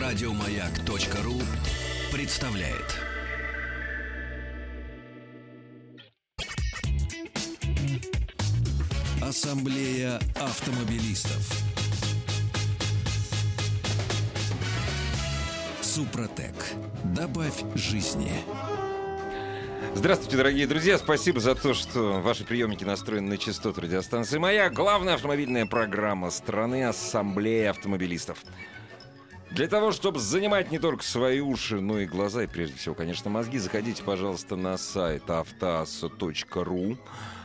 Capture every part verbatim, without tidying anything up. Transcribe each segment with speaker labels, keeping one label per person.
Speaker 1: Радиомаяк.ру представляет. Ассамблея автомобилистов. Супротек. Добавь жизни.
Speaker 2: Здравствуйте, дорогие друзья. Спасибо за то, что ваши приемники настроены на частоту радиостанции «Маяк». Главная автомобильная программа страны «Ассамблея автомобилистов». Для того, чтобы занимать не только свои уши, но и глаза, и прежде всего, конечно, мозги, заходите, пожалуйста, на сайт автоасса точка ру.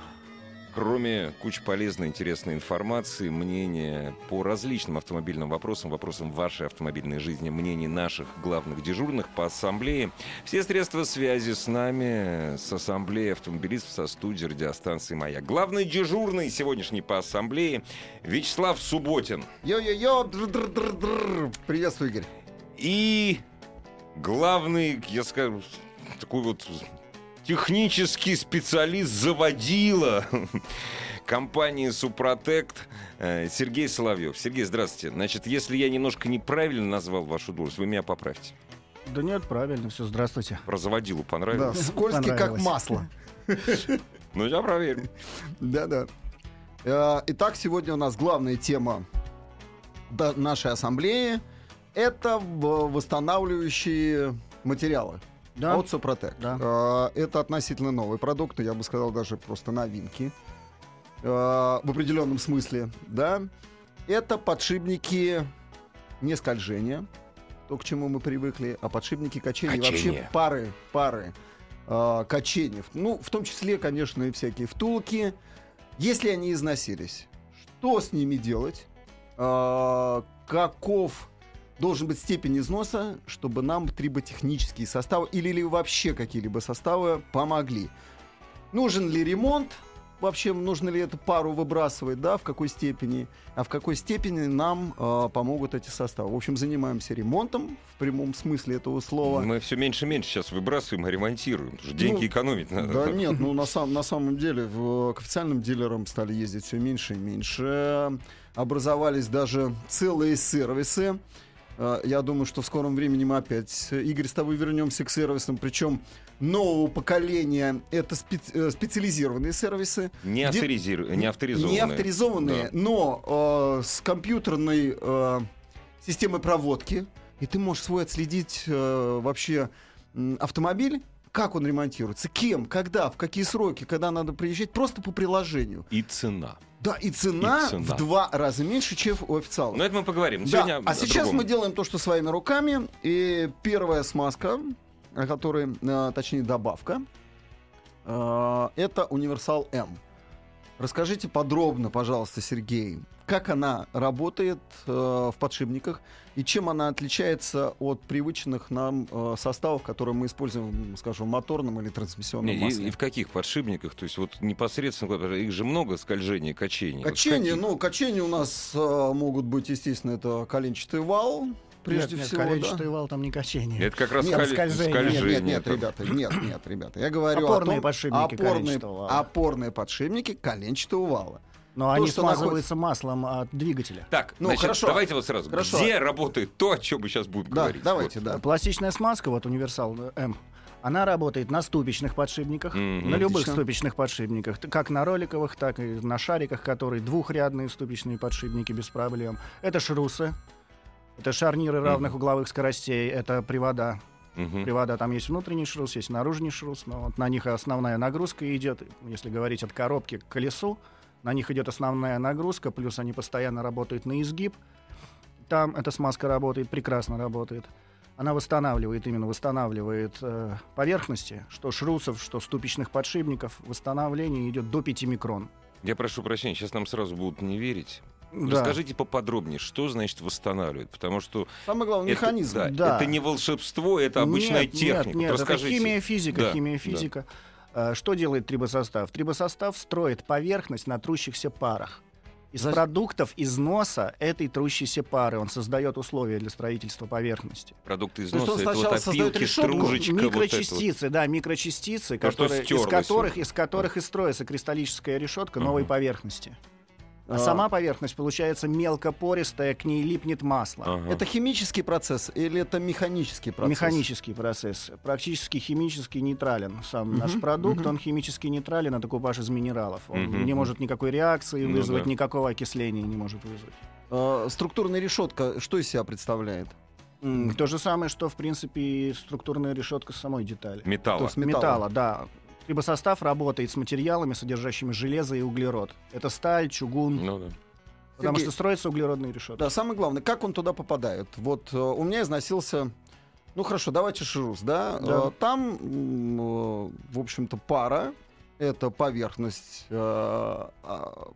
Speaker 2: Кроме кучи полезной, интересной информации, мнения по различным автомобильным вопросам, вопросам вашей автомобильной жизни, мнений наших главных дежурных по ассамблее, все средства связи с нами, с ассамблеей автомобилистов, со студией радиостанции «Маяк». Главный дежурный сегодняшний по ассамблее Вячеслав Субботин.
Speaker 3: Йо-йо-йо! Приветствую, Игорь.
Speaker 2: И главный, я скажу, такой вот... технический специалист заводила компании «Супротект» Сергей Соловьев. Сергей, здравствуйте. Значит, если я немножко неправильно назвал вашу должность, вы меня поправьте.
Speaker 4: Да нет, правильно, все, здравствуйте.
Speaker 2: Про заводилу понравилось?
Speaker 3: Да, скользкий как масло.
Speaker 2: Ну, я проверю.
Speaker 3: Да-да. Итак, сегодня у нас главная тема нашей ассамблеи — это восстанавливающие материалы.
Speaker 4: Да.
Speaker 3: От Супротек. Да. Это относительно новый продукт, я бы сказал, даже просто новинки. В определенном смысле, да. Это подшипники не скольжения, то, к чему мы привыкли, а подшипники качения.
Speaker 2: Качение.
Speaker 3: Вообще пары, пары э, качений. Ну, в том числе, конечно, и всякие втулки. Если они износились, что с ними делать? Э, каков должен быть степень износа, чтобы нам триботехнические составы или, или вообще какие-либо составы помогли. Нужен ли ремонт? Вообще, нужно ли эту пару выбрасывать, да, в какой степени? А в какой степени нам э, помогут эти составы? В общем, занимаемся ремонтом в прямом смысле этого слова.
Speaker 2: Мы все меньше и меньше сейчас выбрасываем, а ремонтируем. Потому что деньги
Speaker 3: ну,
Speaker 2: экономить надо.
Speaker 3: Да нет, ну на, сам, на самом деле в, к официальным дилерам стали ездить все меньше и меньше. Образовались даже целые сервисы. Я думаю, что в скором времени мы опять, Игорь, с тобой вернемся к сервисам, причем нового поколения. Это специ- специализированные сервисы.
Speaker 2: Не, авторизир... не авторизованные.
Speaker 3: Не авторизованные, да. Но э, с компьютерной э, системой проводки. И ты можешь свой отследить э, вообще э, автомобиль, как он ремонтируется, кем, когда, в какие сроки, когда надо приезжать, просто по приложению.
Speaker 2: И цена.
Speaker 3: Да, и цена,
Speaker 2: и цена
Speaker 3: в два раза меньше, чем у официалов.
Speaker 2: Но это мы поговорим.
Speaker 3: Да.
Speaker 2: Сегодня
Speaker 3: А сейчас другом. Мы делаем то, что своими руками. И первая смазка, о которой, э, точнее добавка, э, это Универсал М. Расскажите подробно, пожалуйста, Сергей, как она работает э, в подшипниках и чем она отличается от привычных нам э, составов, которые мы используем, скажем, в моторном или трансмиссионном
Speaker 2: Не,
Speaker 3: масле.
Speaker 2: И, и в каких подшипниках? То есть вот непосредственно, их же много скольжения, качений.
Speaker 3: Качения,
Speaker 2: вот
Speaker 3: ну, качения у нас э, могут быть, естественно, это коленчатый вал. Прежде
Speaker 4: нет,
Speaker 3: всего,
Speaker 4: нет, коленчатый
Speaker 3: да?
Speaker 4: вал там не качение.
Speaker 2: Это как раз
Speaker 3: нет,
Speaker 2: скаль...
Speaker 4: скольжение.
Speaker 2: скольжение.
Speaker 3: Нет, нет, нет,
Speaker 2: там.
Speaker 3: ребята, нет, нет, ребята. Я говорю
Speaker 4: опорные
Speaker 3: о том,
Speaker 4: подшипники
Speaker 3: опорные,
Speaker 4: коленчатого вала.
Speaker 3: опорные подшипники коленчатого вала.
Speaker 4: Но
Speaker 3: То,
Speaker 4: они
Speaker 3: что
Speaker 4: смазываются маслом от двигателя.
Speaker 2: Так,
Speaker 3: ну,
Speaker 2: значит,
Speaker 3: хорошо.
Speaker 2: давайте вот сразу.
Speaker 3: Хорошо.
Speaker 2: Где работает то, о чем мы сейчас будем
Speaker 3: Да,
Speaker 2: говорить?
Speaker 3: давайте,
Speaker 2: Вот.
Speaker 3: да.
Speaker 4: Пластичная смазка, вот Универсал М, она работает на ступичных подшипниках,
Speaker 2: Мгм.
Speaker 4: на любых
Speaker 3: Отлично.
Speaker 4: ступичных подшипниках, т- как на роликовых, так и на шариках, которые двухрядные ступичные подшипники без проблем. Это шрусы, это шарниры равных угловых скоростей, это привода.
Speaker 2: Мгм.
Speaker 4: Привода, там есть внутренний шрус, есть наружный шрус, но вот на них основная нагрузка идет, если говорить от коробки к колесу, на них идет основная нагрузка, плюс они постоянно работают на изгиб. Там эта смазка работает, прекрасно работает. Она восстанавливает, именно восстанавливает э, поверхности, что шрусов, что ступичных подшипников. Восстановление идет до пяти микрон.
Speaker 2: Я прошу прощения, сейчас нам сразу будут не верить.
Speaker 4: Да.
Speaker 2: Расскажите поподробнее, что значит восстанавливает, потому что
Speaker 3: Самое главное,
Speaker 2: это,
Speaker 3: механизм.
Speaker 2: да,
Speaker 4: Да.
Speaker 2: это не волшебство, это обычная
Speaker 4: Нет,
Speaker 2: техника.
Speaker 4: Нет, нет, это
Speaker 2: Расскажите.
Speaker 4: химия, физика,
Speaker 2: Да,
Speaker 4: химия,
Speaker 2: да.
Speaker 4: физика. А, что делает трибосостав? Трибосостав строит поверхность на трущихся парах. Из
Speaker 3: Зачем?
Speaker 4: продуктов износа этой трущейся пары он создает условия для строительства поверхности.
Speaker 2: Продукты
Speaker 3: То есть
Speaker 2: износа,
Speaker 3: он
Speaker 2: это
Speaker 3: сначала
Speaker 2: вот
Speaker 3: создает
Speaker 2: опилки,
Speaker 3: решетку,
Speaker 2: стружечка, вот это вот.
Speaker 4: Микрочастицы, да, микрочастицы,
Speaker 2: То, что
Speaker 4: которые, из
Speaker 2: стерлось
Speaker 4: которых,
Speaker 2: уже.
Speaker 4: из которых и строится кристаллическая решетка новой
Speaker 2: Мгм.
Speaker 4: поверхности. А сама поверхность получается мелкопористая, к ней липнет масло.
Speaker 2: Ага.
Speaker 3: Это химический процесс или это механический процесс?
Speaker 4: Механический процесс. Практически химически нейтрален. Сам
Speaker 3: Мгм,
Speaker 4: наш продукт,
Speaker 3: мгм.
Speaker 4: он химически нейтрален, это купаж из минералов. Он
Speaker 2: Мгм,
Speaker 4: не
Speaker 2: мгм.
Speaker 4: может никакой реакции
Speaker 2: Ну
Speaker 4: вызвать,
Speaker 2: да.
Speaker 4: никакого окисления не может вызвать.
Speaker 3: Э, структурная решетка что из себя представляет?
Speaker 4: М, То же самое, что, в принципе, и структурная решетка самой детали.
Speaker 2: Металла.
Speaker 3: То есть
Speaker 4: Металла,
Speaker 3: металла.
Speaker 4: да. Трибосостав работает с материалами, содержащими железо и углерод. Это сталь, чугун,
Speaker 2: Ну да.
Speaker 4: потому
Speaker 3: Сергей,
Speaker 4: что строятся углеродные решетки.
Speaker 3: Да, самое главное, как он туда попадает? Вот э, у меня износился, ну хорошо, давайте шрус, да?
Speaker 4: Да.
Speaker 3: Э, там, м, э, в общем-то, пара, это поверхность э, а,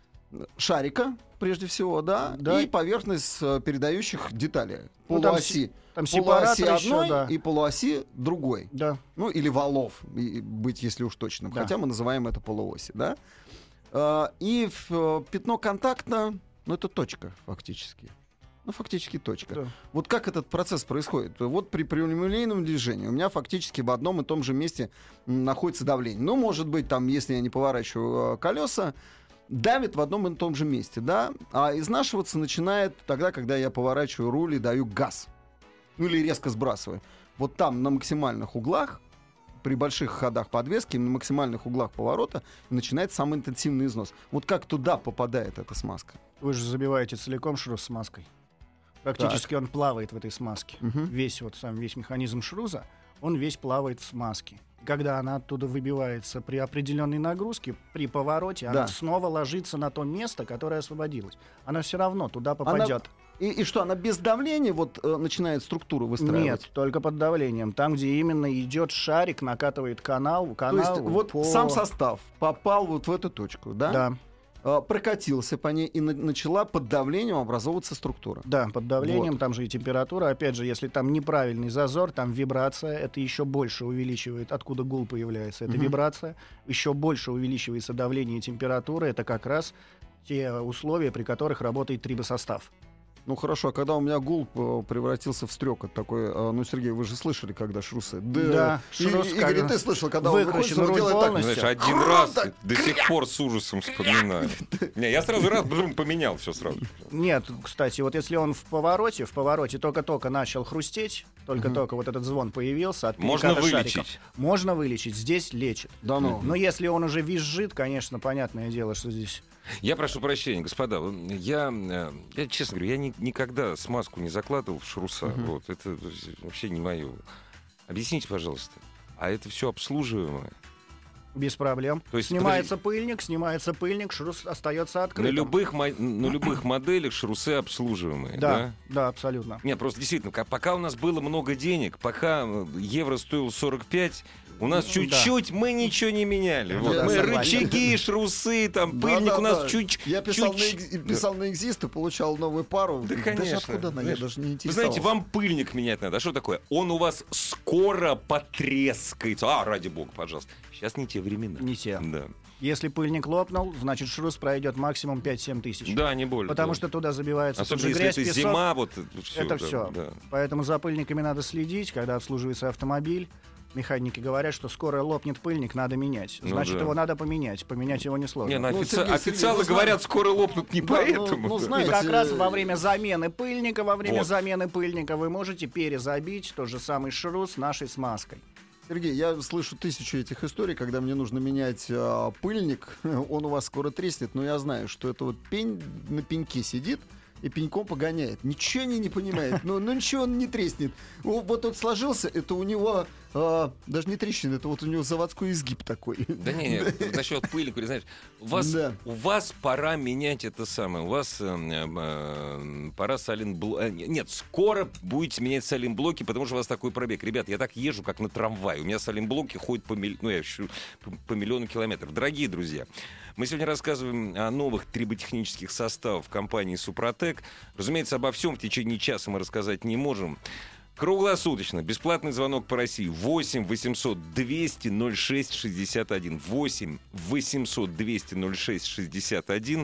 Speaker 3: шарика, прежде всего, да,
Speaker 4: Да.
Speaker 3: и поверхность э, передающих деталей.
Speaker 4: Ну, там
Speaker 3: Полуоси,
Speaker 4: Там
Speaker 3: полуоси
Speaker 4: сепаратор еще,
Speaker 3: одной
Speaker 4: да.
Speaker 3: и полуоси другой.
Speaker 4: Да.
Speaker 3: Ну, или валов, и- быть, если уж точным.
Speaker 4: Да.
Speaker 3: Хотя мы называем это полуоси, да? А, И в, э, пятно контакта, ну, это точка, фактически. Ну, фактически точка.
Speaker 4: Да.
Speaker 3: Вот как этот процесс происходит? Вот при прямолинейном движении у меня фактически в одном и том же месте м, находится давление. Ну, может быть, там, если я не поворачиваю э, колеса, давит в одном и том же месте, да? А изнашиваться начинает тогда, когда я поворачиваю руль и даю газ. Ну, или резко сбрасываю. Вот там, на максимальных углах, при больших ходах подвески, на максимальных углах поворота начинается самый интенсивный износ. Вот как туда попадает эта смазка?
Speaker 4: Вы же забиваете целиком шрус смазкой. Практически он плавает в этой смазке.
Speaker 3: Мгм.
Speaker 4: Весь вот сам весь механизм шруза, он весь плавает в смазке. Когда она оттуда выбивается при определенной нагрузке, при повороте,
Speaker 3: Да.
Speaker 4: она снова ложится на то место, которое освободилось. Она все равно туда попадет.
Speaker 3: И, и что, она без давления вот э, начинает структуру выстраивать?
Speaker 4: Нет, только под давлением. Там, где именно идет шарик, накатывает канал,
Speaker 3: То
Speaker 4: канал
Speaker 3: есть вот
Speaker 4: по-
Speaker 3: сам состав попал вот в эту точку, да?
Speaker 4: Да,
Speaker 3: Э, прокатился по ней и на- начала под давлением образовываться структура.
Speaker 4: да, под давлением,
Speaker 3: Вот.
Speaker 4: там же и температура. Опять же, если там неправильный зазор, там вибрация, это еще больше увеличивает, откуда гул появляется. Это
Speaker 3: Мгм.
Speaker 4: вибрация, еще больше увеличивается давление и температура. Это как раз те условия, при которых работает трибосостав.
Speaker 3: Ну хорошо, а когда у меня гул э, превратился в стрекот такой, э, ну, Сергей, вы же слышали, когда шрусы?
Speaker 4: Да,
Speaker 3: И-
Speaker 4: шрус,
Speaker 3: Игорь,
Speaker 4: когда
Speaker 3: и ты слышал, когда он
Speaker 4: выкручен
Speaker 3: выходит, он
Speaker 4: руль
Speaker 3: делает так.
Speaker 4: полностью.
Speaker 2: Знаешь, один раз до сих пор с ужасом вспоминаю. Не, я сразу раз блум, поменял все сразу.
Speaker 4: Нет, кстати, вот если он в повороте, в повороте только-только начал хрустеть, только-только вот этот звон появился от
Speaker 2: Можно
Speaker 4: переката
Speaker 2: вылечить.
Speaker 4: шариков. Можно вылечить, здесь лечит.
Speaker 3: Да ну.
Speaker 4: Но если он уже визжит, конечно, понятное дело, что здесь...
Speaker 2: Я прошу прощения, господа. Я, э, я честно говорю, я ни- никогда смазку не закладывал в шруса. Вот, это вообще не мое. Объясните, пожалуйста. А это все обслуживаемое?
Speaker 4: Без проблем.
Speaker 2: То есть,
Speaker 4: Снимается пыльник, снимается пыльник, шрус остается
Speaker 2: На
Speaker 4: открытым.
Speaker 2: любых, мо- на любых моделях шрусы обслуживаемые, да?
Speaker 4: Да, да, абсолютно.
Speaker 2: Нет, просто действительно, ка- пока у нас было много денег, пока э, евро стоил сорок пять, у нас
Speaker 4: Ну,
Speaker 2: чуть-чуть мы ничего не меняли. Вот.
Speaker 3: Я
Speaker 2: Мы
Speaker 3: согласен.
Speaker 2: рычаги, шрусы, там,
Speaker 3: Да,
Speaker 2: пыльник
Speaker 3: да,
Speaker 2: у нас
Speaker 3: да.
Speaker 2: чуть
Speaker 3: Я писал,
Speaker 2: чуть-
Speaker 3: на, экз- писал на экзист и получал новую пару.
Speaker 2: Да,
Speaker 3: Даже
Speaker 2: конечно.
Speaker 3: откуда она, я
Speaker 2: Знаешь,
Speaker 3: даже не
Speaker 2: Вы
Speaker 3: интересовался.
Speaker 2: знаете, вам пыльник менять надо. А что такое? Он у вас скоро потрескается. А, ради бога, пожалуйста. Сейчас не те времена.
Speaker 4: Не те.
Speaker 2: Да,
Speaker 4: Если пыльник лопнул, значит шрус пройдет максимум пять-семь тысяч.
Speaker 2: да не более.
Speaker 4: Потому
Speaker 2: да.
Speaker 4: что туда забивается тут
Speaker 2: Особенно
Speaker 4: же
Speaker 2: если
Speaker 4: грязь,
Speaker 2: это
Speaker 4: песок.
Speaker 2: зима, вот все.
Speaker 4: Это все. Поэтому за пыльниками надо следить, когда обслуживается автомобиль. Механики говорят, что скоро лопнет пыльник, надо менять.
Speaker 2: Ну
Speaker 4: Значит,
Speaker 2: да.
Speaker 4: его надо поменять. Поменять его несложно.
Speaker 2: Не, ну,
Speaker 3: Ну,
Speaker 2: офици-
Speaker 3: Сергей, Сергей,
Speaker 2: официалы
Speaker 3: ну,
Speaker 2: говорят,
Speaker 3: знаете-
Speaker 2: скоро лопнут не
Speaker 3: Да, ну,
Speaker 2: поэтому.
Speaker 3: ну,
Speaker 2: да.
Speaker 4: И
Speaker 3: знаете,
Speaker 4: как раз во
Speaker 3: э,
Speaker 4: время замены пыльника, во время
Speaker 2: Вот.
Speaker 4: замены пыльника вы можете перезабить тот же самый шрус нашей смазкой.
Speaker 3: Сергей, я слышу тысячу этих историй, когда мне нужно менять а, пыльник, он у вас скоро треснет, но я знаю, что это вот пень на пеньке сидит и пеньком погоняет. Ничего они не понимает, но, но ничего он не треснет. О, Вот он сложился, это у него а, даже не трещина, это вот у него заводской изгиб такой.
Speaker 2: Да не, насчет пыльника, знаешь, у вас,
Speaker 3: Да.
Speaker 2: у вас пора менять это самое. У вас э, э, пора саленблоки. Нет, скоро будете менять саленблоки, потому что у вас такой пробег. Ребят, я так езжу, как на трамвае. У меня саленблоки ходят по, миль- ну, я ещё по, по миллиону километров. Дорогие друзья, мы сегодня рассказываем о новых триботехнических составах компании «Супротек». Разумеется, обо всем в течение часа мы рассказать не можем. Круглосуточно. Бесплатный звонок по России. восемь восемьсот двести ноль шесть шестьдесят один. восемь восемьсот двести ноль шесть шестьдесят один.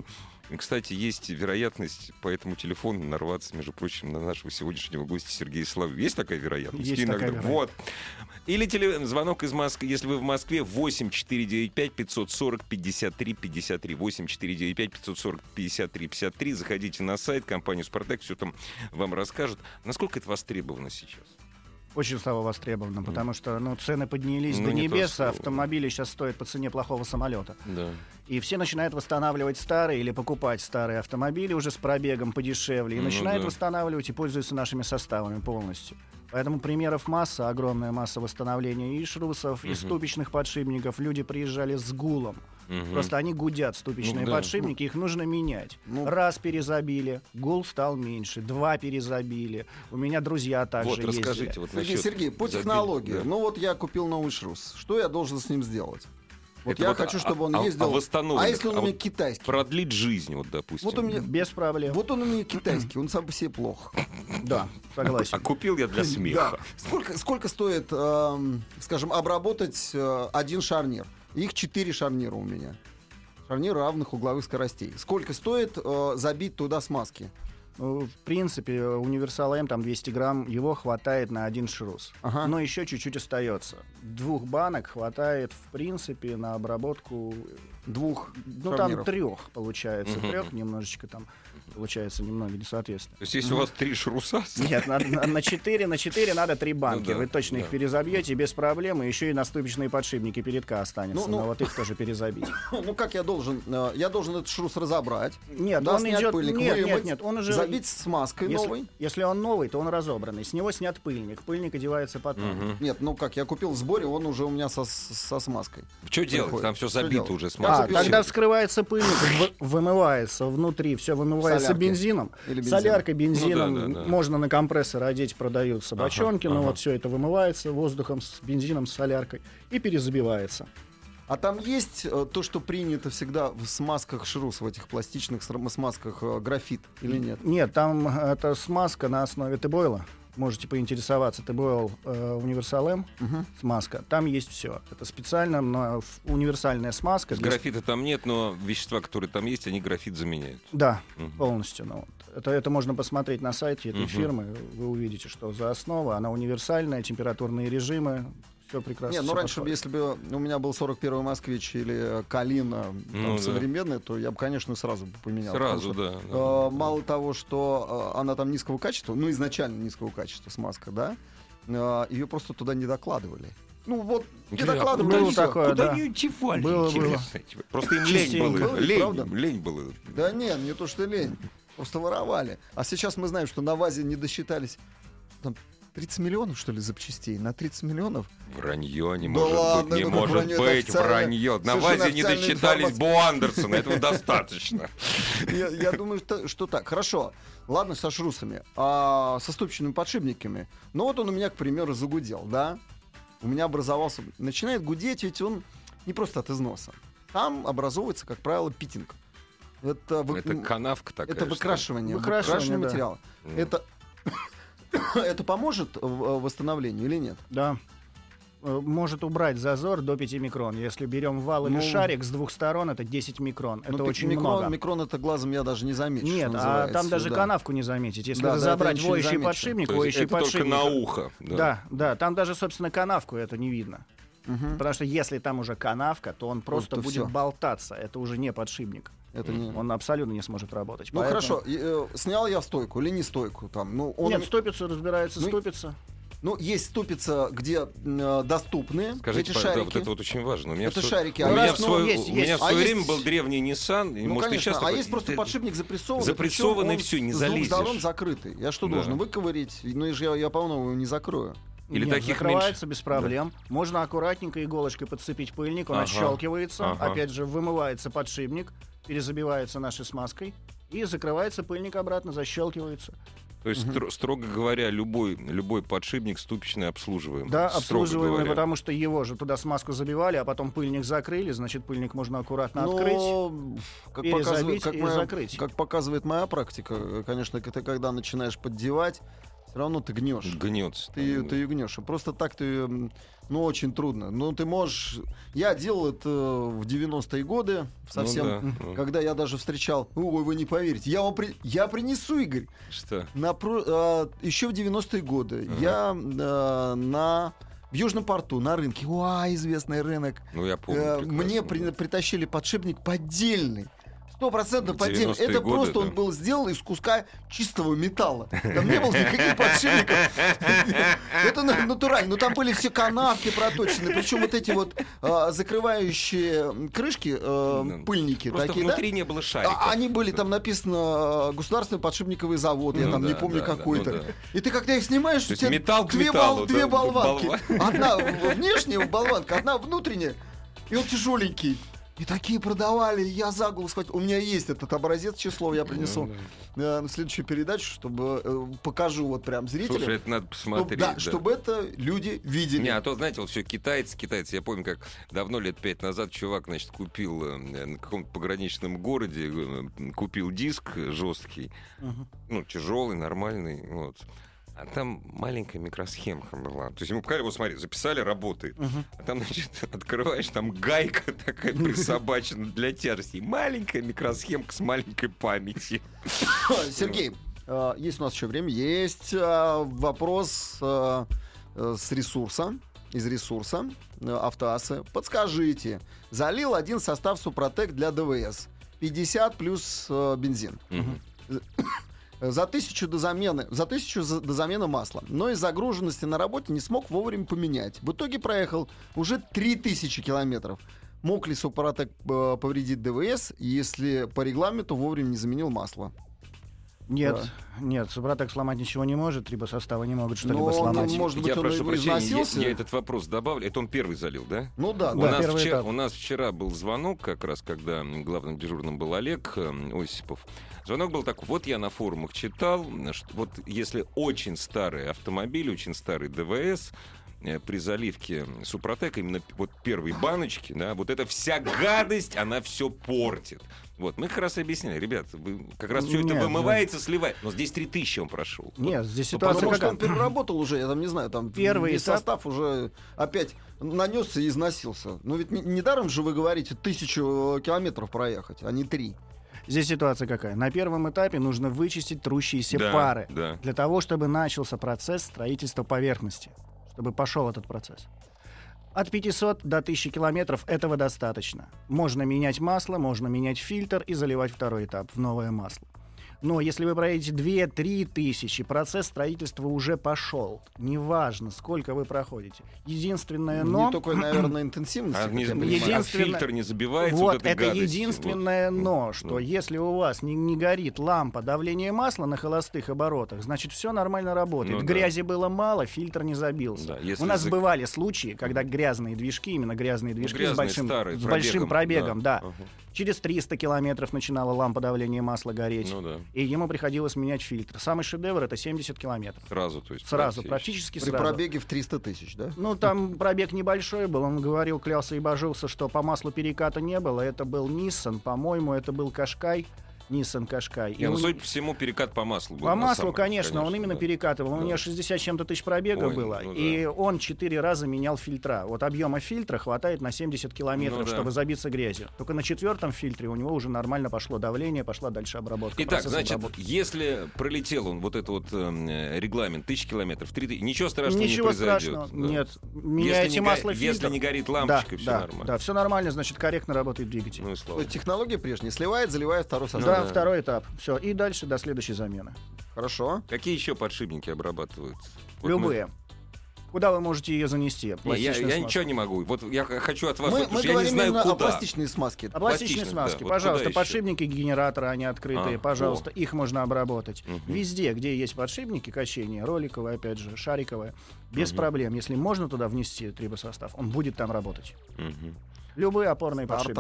Speaker 2: И, кстати, есть вероятность по этому телефону нарваться, между прочим, на нашего сегодняшнего гостя Сергея Соловьева. Есть такая вероятность?
Speaker 4: Есть
Speaker 2: Иногда.
Speaker 4: такая вероятность.
Speaker 2: Вот. Или теле... звонок из Москвы, если вы в Москве, восемь четыре девять пять пятьсот сорок пятьдесят три пятьдесят три. восемь четыре девять пять пятьсот сорок пятьдесят три пятьдесят три. Заходите на сайт компании «Спартак», все там вам расскажут. Насколько это востребовано сейчас?
Speaker 4: Очень стало востребовано, потому что ну, цены поднялись
Speaker 2: Ну,
Speaker 4: до
Speaker 2: не то
Speaker 4: небес,
Speaker 2: слово.
Speaker 4: а автомобили сейчас стоят по цене плохого самолета.
Speaker 2: Да.
Speaker 4: И все начинают восстанавливать старые или покупать старые автомобили уже с пробегом подешевле. И
Speaker 2: Ну
Speaker 4: начинают
Speaker 2: да.
Speaker 4: восстанавливать и пользуются нашими составами полностью. Поэтому примеров масса, огромная масса восстановления и шрусов, и
Speaker 2: Мгм.
Speaker 4: ступичных подшипников. Люди приезжали с гулом.
Speaker 2: Мгм.
Speaker 4: Просто они гудят, ступичные
Speaker 2: Ну да.
Speaker 4: подшипники, их нужно менять.
Speaker 3: Ну.
Speaker 4: Раз перезабили, гул стал меньше. Два перезабили. У меня друзья также
Speaker 2: Вот,
Speaker 4: ездили.
Speaker 2: расскажите. Вот
Speaker 3: Сергей,
Speaker 2: насчет
Speaker 3: Сергей, по
Speaker 2: забили-
Speaker 3: технологии.
Speaker 2: да.
Speaker 3: Ну вот я купил новый шрус. Что я должен с ним сделать? Вот
Speaker 2: Это
Speaker 3: я
Speaker 2: вот,
Speaker 3: хочу, чтобы он
Speaker 2: а- а-
Speaker 3: ездил.
Speaker 2: а восстановленных,
Speaker 3: А если он
Speaker 2: а
Speaker 3: у меня
Speaker 2: вот
Speaker 3: китайский?
Speaker 2: Продлить жизнь, вот, допустим.
Speaker 3: Вот у меня,
Speaker 4: Без проблем.
Speaker 3: вот он у меня китайский, он сам по себе плох.
Speaker 4: Да, согласен.
Speaker 2: А купил я для смеха.
Speaker 3: Да. Сколько, сколько стоит, эм, скажем, обработать э, один шарнир? Их четыре шарнира у меня. Шарнир равных угловых скоростей. Сколько стоит э, забить туда смазки?
Speaker 4: Ну, в принципе, универсал М, там двести грамм, его хватает на один шрус.
Speaker 3: Ага.
Speaker 4: Но еще чуть-чуть остается. Двух банок хватает, в принципе, на обработку,
Speaker 3: Двух
Speaker 4: ну, там
Speaker 3: шарниров.
Speaker 4: трех, получается.
Speaker 2: Мгм.
Speaker 4: Трех немножечко там, получается, немного несоответственно.
Speaker 2: То есть, если у вас три шруса...
Speaker 4: Нет, на, на, на четыре, на четыре надо три банки.
Speaker 2: Ну да,
Speaker 4: Вы точно
Speaker 2: да.
Speaker 4: их перезабьете без проблем, и еще и на ступичные подшипники передка останется.
Speaker 3: Ну, ну.
Speaker 4: Но вот их тоже перезабить.
Speaker 3: Ну как я должен? э, Я должен этот шрус разобрать.
Speaker 4: Нет,
Speaker 3: Да,
Speaker 4: он
Speaker 3: снять
Speaker 4: идет.
Speaker 3: пыльник,
Speaker 4: Нет, нет,
Speaker 3: вымыть,
Speaker 4: нет, он уже.
Speaker 3: Забить смазкой
Speaker 4: Если,
Speaker 3: новой.
Speaker 4: если он новый, то он разобранный. С него снят пыльник. Пыльник одевается потом.
Speaker 2: Мгм.
Speaker 3: Нет, ну как, я купил в сборе, он уже у меня со, со смазкой.
Speaker 2: Что делать?
Speaker 3: Приходит.
Speaker 2: Там все
Speaker 3: Что
Speaker 2: забито
Speaker 3: делать?
Speaker 2: уже с
Speaker 3: Я
Speaker 4: А,
Speaker 3: купил
Speaker 4: тогда
Speaker 3: себе.
Speaker 4: вскрывается пыльник, вы- вымывается внутри, все вымывается
Speaker 3: Солярки.
Speaker 4: бензином.
Speaker 3: Или бензином.
Speaker 4: Соляркой, бензином.
Speaker 2: Ну да, да, да.
Speaker 4: Можно на компрессор одеть, продаются бочонки, но
Speaker 2: ага.
Speaker 4: вот все это вымывается воздухом с бензином, с соляркой и перезабивается.
Speaker 3: А там есть э, то, что принято всегда в смазках шрус, в этих пластичных сра- смазках э, графит или нет?
Speaker 4: Нет, там это смазка на основе Т-бойла. Можете поинтересоваться. Т-бойл э, Универсал М,
Speaker 3: Мгм. смазка.
Speaker 4: там есть все. Это специально но в- универсальная смазка. для-
Speaker 2: Графита там нет, но вещества, которые там есть, они графит заменяют.
Speaker 4: Да,
Speaker 2: Мгм.
Speaker 4: полностью. Ну, вот. это, это можно посмотреть на сайте этой
Speaker 2: Мгм.
Speaker 4: фирмы. Вы увидите, что за основа. Она универсальная, температурные режимы. Все прекрасно.
Speaker 3: Не, ну
Speaker 4: всё
Speaker 3: раньше, бы,
Speaker 4: подходит.
Speaker 3: если бы у меня был сорок первый «Москвич» или «Калина» там,
Speaker 2: Ну да.
Speaker 3: современный, то я бы, конечно, сразу бы поменял.
Speaker 2: Сразу,
Speaker 3: потому
Speaker 2: да.
Speaker 3: что,
Speaker 2: да,
Speaker 3: э,
Speaker 2: да.
Speaker 3: мало того, что э, она там низкого качества, ну, изначально низкого качества смазка, да, э, ее просто туда не докладывали. Ну, вот, не
Speaker 2: Бля,
Speaker 3: докладывали,
Speaker 4: было
Speaker 3: и всё.
Speaker 4: такое.
Speaker 2: Куда
Speaker 4: да.
Speaker 2: они девали,
Speaker 4: Было,
Speaker 2: интересно? Просто им лень
Speaker 4: Частенько.
Speaker 2: было.
Speaker 3: Было,
Speaker 2: Лень,
Speaker 3: правда?
Speaker 2: лень было.
Speaker 3: Да нет, не то, что лень. Просто воровали. А сейчас мы знаем, что на ВАЗе не досчитались там тридцать миллионов, что ли, запчастей. На тридцать миллионов.
Speaker 2: Вранье не
Speaker 3: Да
Speaker 2: может
Speaker 3: ладно,
Speaker 2: быть, не
Speaker 3: какое
Speaker 2: может
Speaker 3: вранье? Это
Speaker 2: быть,
Speaker 3: официальная-
Speaker 2: вранье. На
Speaker 3: совершенно
Speaker 2: ВАЗе не
Speaker 3: официальная
Speaker 2: досчитались
Speaker 3: информация.
Speaker 2: Бо Андерсона, этого достаточно.
Speaker 3: Я, я думаю, что, что так. Хорошо. Ладно, со шрусами. А со ступичными подшипниками. Ну вот он у меня, к примеру, загудел, да? У меня образовался... Начинает гудеть, ведь он не просто от износа. Там образовывается, как правило, питинг. Это, вы-
Speaker 2: Это канавка такая.
Speaker 3: это
Speaker 2: что ли?
Speaker 3: выкрашивание,
Speaker 4: Выкрашивание,
Speaker 3: выкрашивание
Speaker 4: да.
Speaker 3: материала.
Speaker 2: Мгм.
Speaker 3: Это, это поможет в в восстановлению или нет?
Speaker 4: Да. Э, Может убрать зазор до пяти микрон. Если берем вал или
Speaker 3: Ну.
Speaker 4: шарик с двух сторон, это десять микрон. Это
Speaker 3: Ну,
Speaker 4: очень
Speaker 3: микрон,
Speaker 4: много.
Speaker 3: микрон это глазом я даже не замечу. что
Speaker 4: Нет, а
Speaker 3: называется,
Speaker 4: там даже
Speaker 3: да.
Speaker 4: канавку не заметить. Если
Speaker 3: Да, да, это
Speaker 4: разобрать
Speaker 3: ничего не
Speaker 4: воющий
Speaker 3: замечу.
Speaker 4: подшипник,
Speaker 2: То есть
Speaker 4: воющий
Speaker 2: это только
Speaker 4: подшипник.
Speaker 2: на ухо. Да.
Speaker 4: Да, да, там даже, собственно, канавку это не видно.
Speaker 3: Мгм.
Speaker 4: Потому что если там уже канавка, то он просто
Speaker 3: то
Speaker 4: будет
Speaker 3: всё.
Speaker 4: болтаться. Это уже не подшипник.
Speaker 3: Это не...
Speaker 4: Он абсолютно не сможет работать.
Speaker 3: Ну
Speaker 4: Поэтому-
Speaker 3: хорошо, и, э, снял я стойку или не стойку там? Ну, он...
Speaker 4: Нет, ступицу разбирается,
Speaker 3: Ну,
Speaker 4: ступица.
Speaker 3: ну есть ступица, где э, доступны
Speaker 2: Скажите,
Speaker 3: эти
Speaker 2: пожалуйста,
Speaker 3: шарики.
Speaker 2: вот это вот очень важно. У меня
Speaker 3: Это
Speaker 2: в сво-
Speaker 3: шарики,
Speaker 2: У
Speaker 3: а
Speaker 2: меня
Speaker 3: есть,
Speaker 2: в
Speaker 3: ну,
Speaker 2: свое,
Speaker 4: есть,
Speaker 2: у меня
Speaker 4: есть.
Speaker 2: в свое
Speaker 3: А
Speaker 2: время
Speaker 3: есть-
Speaker 2: был древний Nissan. и,
Speaker 3: Ну,
Speaker 2: может, и
Speaker 3: конечно,
Speaker 2: сейчас
Speaker 3: а
Speaker 2: такой-
Speaker 3: есть просто
Speaker 2: Ты-
Speaker 3: подшипник запрессованный.
Speaker 2: запрессованный,
Speaker 3: причем
Speaker 2: всё, не
Speaker 3: он с двух
Speaker 2: залезешь.
Speaker 3: сторон закрытый. Я что
Speaker 2: Да.
Speaker 3: должен выковырить? Ну и же я, я по-моему, его не закрою.
Speaker 2: Или
Speaker 4: Нет,
Speaker 2: таких
Speaker 4: закрывается без проблем. Можно аккуратненько иголочкой подцепить пыльник, он
Speaker 2: Ага.
Speaker 4: отщелкивается.
Speaker 2: Ага.
Speaker 4: Опять же, вымывается подшипник, перезабивается нашей смазкой. И закрывается пыльник обратно, защелкивается.
Speaker 2: То есть, стро- строго говоря, любой, любой подшипник ступичный обслуживаем.
Speaker 4: Да,
Speaker 2: строго
Speaker 4: обслуживаемый,
Speaker 2: говоря.
Speaker 4: потому что его же туда смазку забивали, а потом пыльник закрыли, значит, пыльник можно аккуратно открыть.
Speaker 3: Но, как
Speaker 4: перезабить
Speaker 3: показывает, как,
Speaker 4: и
Speaker 3: моя,
Speaker 4: закрыть.
Speaker 3: как показывает моя практика, э, конечно, это когда начинаешь поддевать, все равно ты гнешь.
Speaker 2: Гнется.
Speaker 3: Ты, ее- ты ее гнешь. И просто так ты, м, ну, очень трудно. Ну, ты можешь... Я делал это в девяностые годы, совсем,
Speaker 2: Ну да, ну.
Speaker 3: когда я даже встречал... Ой, вы не поверите. Я вам при- я принесу, Игорь.
Speaker 2: Что?
Speaker 3: На про- а, еще в девяностые годы я а, на... В Южном порту, на рынке. Уа, известный рынок.
Speaker 2: Ну, я помню
Speaker 3: Э,
Speaker 2: прекрасно,
Speaker 3: Мне
Speaker 2: да.
Speaker 3: при- притащили подшипник поддельный. Сто процентов
Speaker 2: В
Speaker 3: поддельный.
Speaker 2: девяностые
Speaker 3: Это
Speaker 2: годы,
Speaker 3: просто
Speaker 2: да.
Speaker 3: он был сделан из куска чистого металла. Там не было никаких подшипников. Это на- натурально. Но там были все канавки проточены. Причем вот эти вот а, закрывающие крышки, а,
Speaker 2: Ну,
Speaker 3: пыльники
Speaker 2: Просто
Speaker 3: такие, да?
Speaker 2: внутри не было шариков.
Speaker 3: А, Они были, там написано а, государственный подшипниковый завод, я
Speaker 2: Ну
Speaker 3: там не
Speaker 2: да,
Speaker 3: помню
Speaker 2: да,
Speaker 3: какой-то.
Speaker 2: ну да.
Speaker 3: И ты когда их снимаешь,
Speaker 2: То
Speaker 3: у
Speaker 2: есть
Speaker 3: тебя
Speaker 2: металл к
Speaker 3: две,
Speaker 2: металлу,
Speaker 3: две
Speaker 2: да,
Speaker 3: болванки.
Speaker 2: болван-
Speaker 3: Одна внешняя болванка, одна внутренняя. И он тяжеленький. И такие продавали, я за голову схватил. У меня есть этот образец числов, я принесу э, на следующую передачу, чтобы э, покажу вот прям зрителям.
Speaker 2: Слушай, это надо
Speaker 3: Чтоб-
Speaker 2: посмотреть.
Speaker 3: да,
Speaker 2: да.
Speaker 3: чтобы это люди видели.
Speaker 2: Не, а то, знаете, вот все китайцы, китайцы. Я помню, как давно, лет пять назад, чувак, значит, купил э, на каком-то пограничном городе, э, купил диск жесткий,
Speaker 4: Мгм.
Speaker 2: ну, тяжелый, нормальный, вот. А там маленькая микросхемка была. То есть ему показали, вот смотри, записали, работает.
Speaker 4: Мгм.
Speaker 2: А там, значит, открываешь, там гайка такая присобачена для тяжести. Маленькая микросхемка с маленькой памятью.
Speaker 3: Сергей, э, есть у нас еще время. Есть э, вопрос э, э, с ресурса, из ресурса э, Автоассы. Подскажите, залил один состав Супротек для ДВС. пятьдесят плюс э, бензин.
Speaker 2: Мгм.
Speaker 3: За тысячу до замены, за тысячу за- до замены масла. Но из загруженности на работе не смог вовремя поменять. В итоге проехал уже три тысячи километров. Мог ли Супротек э, повредить ДВС, если по регламенту вовремя не заменил масло?
Speaker 4: Нет,
Speaker 3: Да.
Speaker 4: нет, Супротек сломать ничего не может, либо составы не могут что-либо
Speaker 3: Но он,
Speaker 4: сломать.
Speaker 3: может быть,
Speaker 2: Я
Speaker 3: он
Speaker 2: прошу
Speaker 3: и
Speaker 2: прощения, я,
Speaker 3: износился?
Speaker 2: я этот вопрос добавлю. Это он первый залил, да?
Speaker 3: Ну да,
Speaker 2: У,
Speaker 3: да.
Speaker 2: нас
Speaker 4: первый
Speaker 2: вчера,
Speaker 4: этап.
Speaker 2: у нас вчера был звонок, как раз когда главным дежурным был Олег э, Осипов. Звонок был такой: вот я на форумах читал, что вот если очень старый автомобиль, очень старый ДВС, э, при заливке Супротека, именно вот первой баночки, да, вот эта вся гадость, она все портит. Вот, мы как раз объясняли, ребят, вы как раз все это
Speaker 4: Нет,
Speaker 2: вымывается, сливает. Но здесь три тысячи он прошел.
Speaker 4: Нет, здесь
Speaker 3: Ну,
Speaker 4: ситуация
Speaker 3: потому что
Speaker 4: какая.
Speaker 3: он переработал уже, я там не знаю, там
Speaker 4: Первый
Speaker 3: весь
Speaker 4: этап-
Speaker 3: состав уже опять нанесся и износился. Ну ведь не- недаром же вы говорите тысячу километров проехать, а не три.
Speaker 4: Здесь ситуация какая? На первом этапе нужно вычистить трущиеся
Speaker 2: Да,
Speaker 4: пары
Speaker 2: да.
Speaker 4: для того, чтобы начался процесс строительства поверхности, чтобы пошел этот процесс. От пятисот до тысячи километров этого достаточно. Можно менять масло, можно менять фильтр и заливать второй этап в новое масло. Но если вы проедете две-три тысячи, процесс строительства уже пошел. Неважно, сколько вы проходите. Единственное но...
Speaker 3: Не только, наверное, интенсивность.
Speaker 2: А,
Speaker 3: как
Speaker 2: не-
Speaker 3: я
Speaker 2: а
Speaker 3: понимаю.
Speaker 4: Единственное-
Speaker 2: фильтр не забивается
Speaker 4: Вот,
Speaker 2: вот, этой
Speaker 4: это
Speaker 2: гадостью.
Speaker 4: единственное
Speaker 2: Вот.
Speaker 4: но, что
Speaker 2: Ну.
Speaker 4: если у вас не, не горит лампа давления масла на холостых оборотах, значит, все нормально работает.
Speaker 2: Ну да.
Speaker 4: Грязи было мало, фильтр не забился.
Speaker 2: Да, если
Speaker 4: у нас
Speaker 2: за-
Speaker 4: бывали случаи, когда грязные движки, именно грязные движки с
Speaker 2: грязные,
Speaker 4: большим,
Speaker 2: старые,
Speaker 4: с большим пробегом, да.
Speaker 2: Ага.
Speaker 4: Через триста километров начинала лампа давления масла гореть,
Speaker 2: Ну да.
Speaker 4: и ему приходилось менять фильтр. Самый шедевр — это семьдесят километров.
Speaker 2: Сразу, то есть.
Speaker 4: Сразу,
Speaker 2: практически.
Speaker 4: практически
Speaker 3: При
Speaker 4: сразу.
Speaker 3: пробеге в триста тысяч, да?
Speaker 4: Ну, там пробег небольшой был. Он говорил, клялся и божился, что по маслу переката не было. Это был Nissan, по-моему, это был Кашкай. Nissan Кашкай.
Speaker 2: Не, ну,
Speaker 4: он-
Speaker 2: судя по всему, перекат по маслу был.
Speaker 4: По
Speaker 2: на
Speaker 4: маслу,
Speaker 2: самом-
Speaker 4: конечно, он именно
Speaker 2: да.
Speaker 4: перекатывал. У
Speaker 2: Да.
Speaker 4: меня шестьдесят с чем-то тысяч пробега
Speaker 2: Ой,
Speaker 4: было.
Speaker 2: ну да.
Speaker 4: И он четыре раза менял фильтра. Вот объема фильтра хватает на семьдесят километров,
Speaker 2: Ну да.
Speaker 4: чтобы забиться грязью. Только на четвертом фильтре у него уже нормально пошло давление, пошла дальше обработка.
Speaker 2: Итак,
Speaker 4: процесс
Speaker 2: значит,
Speaker 4: обработки.
Speaker 2: если пролетел он вот этот вот э, регламент тысяча километров, три тысячи, ничего страшного
Speaker 4: Ничего
Speaker 2: не произойдет.
Speaker 4: страшного.
Speaker 2: Да.
Speaker 4: Нет.
Speaker 2: Если
Speaker 4: Меняете
Speaker 2: не, го-
Speaker 4: масло,
Speaker 2: если
Speaker 4: фильтр.
Speaker 2: не горит
Speaker 4: Да,
Speaker 2: лампочка, все
Speaker 4: да,
Speaker 2: нормально.
Speaker 4: да, все нормально, значит, корректно работает двигатель.
Speaker 2: Ну и слава.
Speaker 3: Технология прежняя. Сливает, заливает второй состав.
Speaker 4: да,
Speaker 2: да.
Speaker 4: второй этап. Все, и дальше до следующей замены.
Speaker 3: Хорошо.
Speaker 2: Какие еще подшипники обрабатываются? Вот
Speaker 4: Любые. Куда вы можете ее занести?
Speaker 2: мы- Не, я
Speaker 4: Пластичную
Speaker 2: я
Speaker 4: смазку.
Speaker 2: ничего не могу. Вот я х- хочу от вас,
Speaker 3: Мы,
Speaker 2: вот, потому
Speaker 3: мы
Speaker 2: что я не
Speaker 3: говорим
Speaker 2: знаю,
Speaker 3: именно о
Speaker 2: куда.
Speaker 3: пластичной смазке.
Speaker 4: А пластичные
Speaker 2: Пластичных,
Speaker 4: смазки,
Speaker 2: да. Вот
Speaker 4: пожалуйста,
Speaker 2: куда еще?
Speaker 4: подшипники генератора, они открытые,
Speaker 2: А,
Speaker 4: пожалуйста, их можно обработать.
Speaker 2: Мгм.
Speaker 4: Везде, где есть подшипники, качения, роликовые, опять же, шариковые, без проблем. Если можно туда внести трибосостав, он будет там работать.
Speaker 2: Мгм.
Speaker 4: Любые опорные
Speaker 3: Стартер.
Speaker 4: подшипники.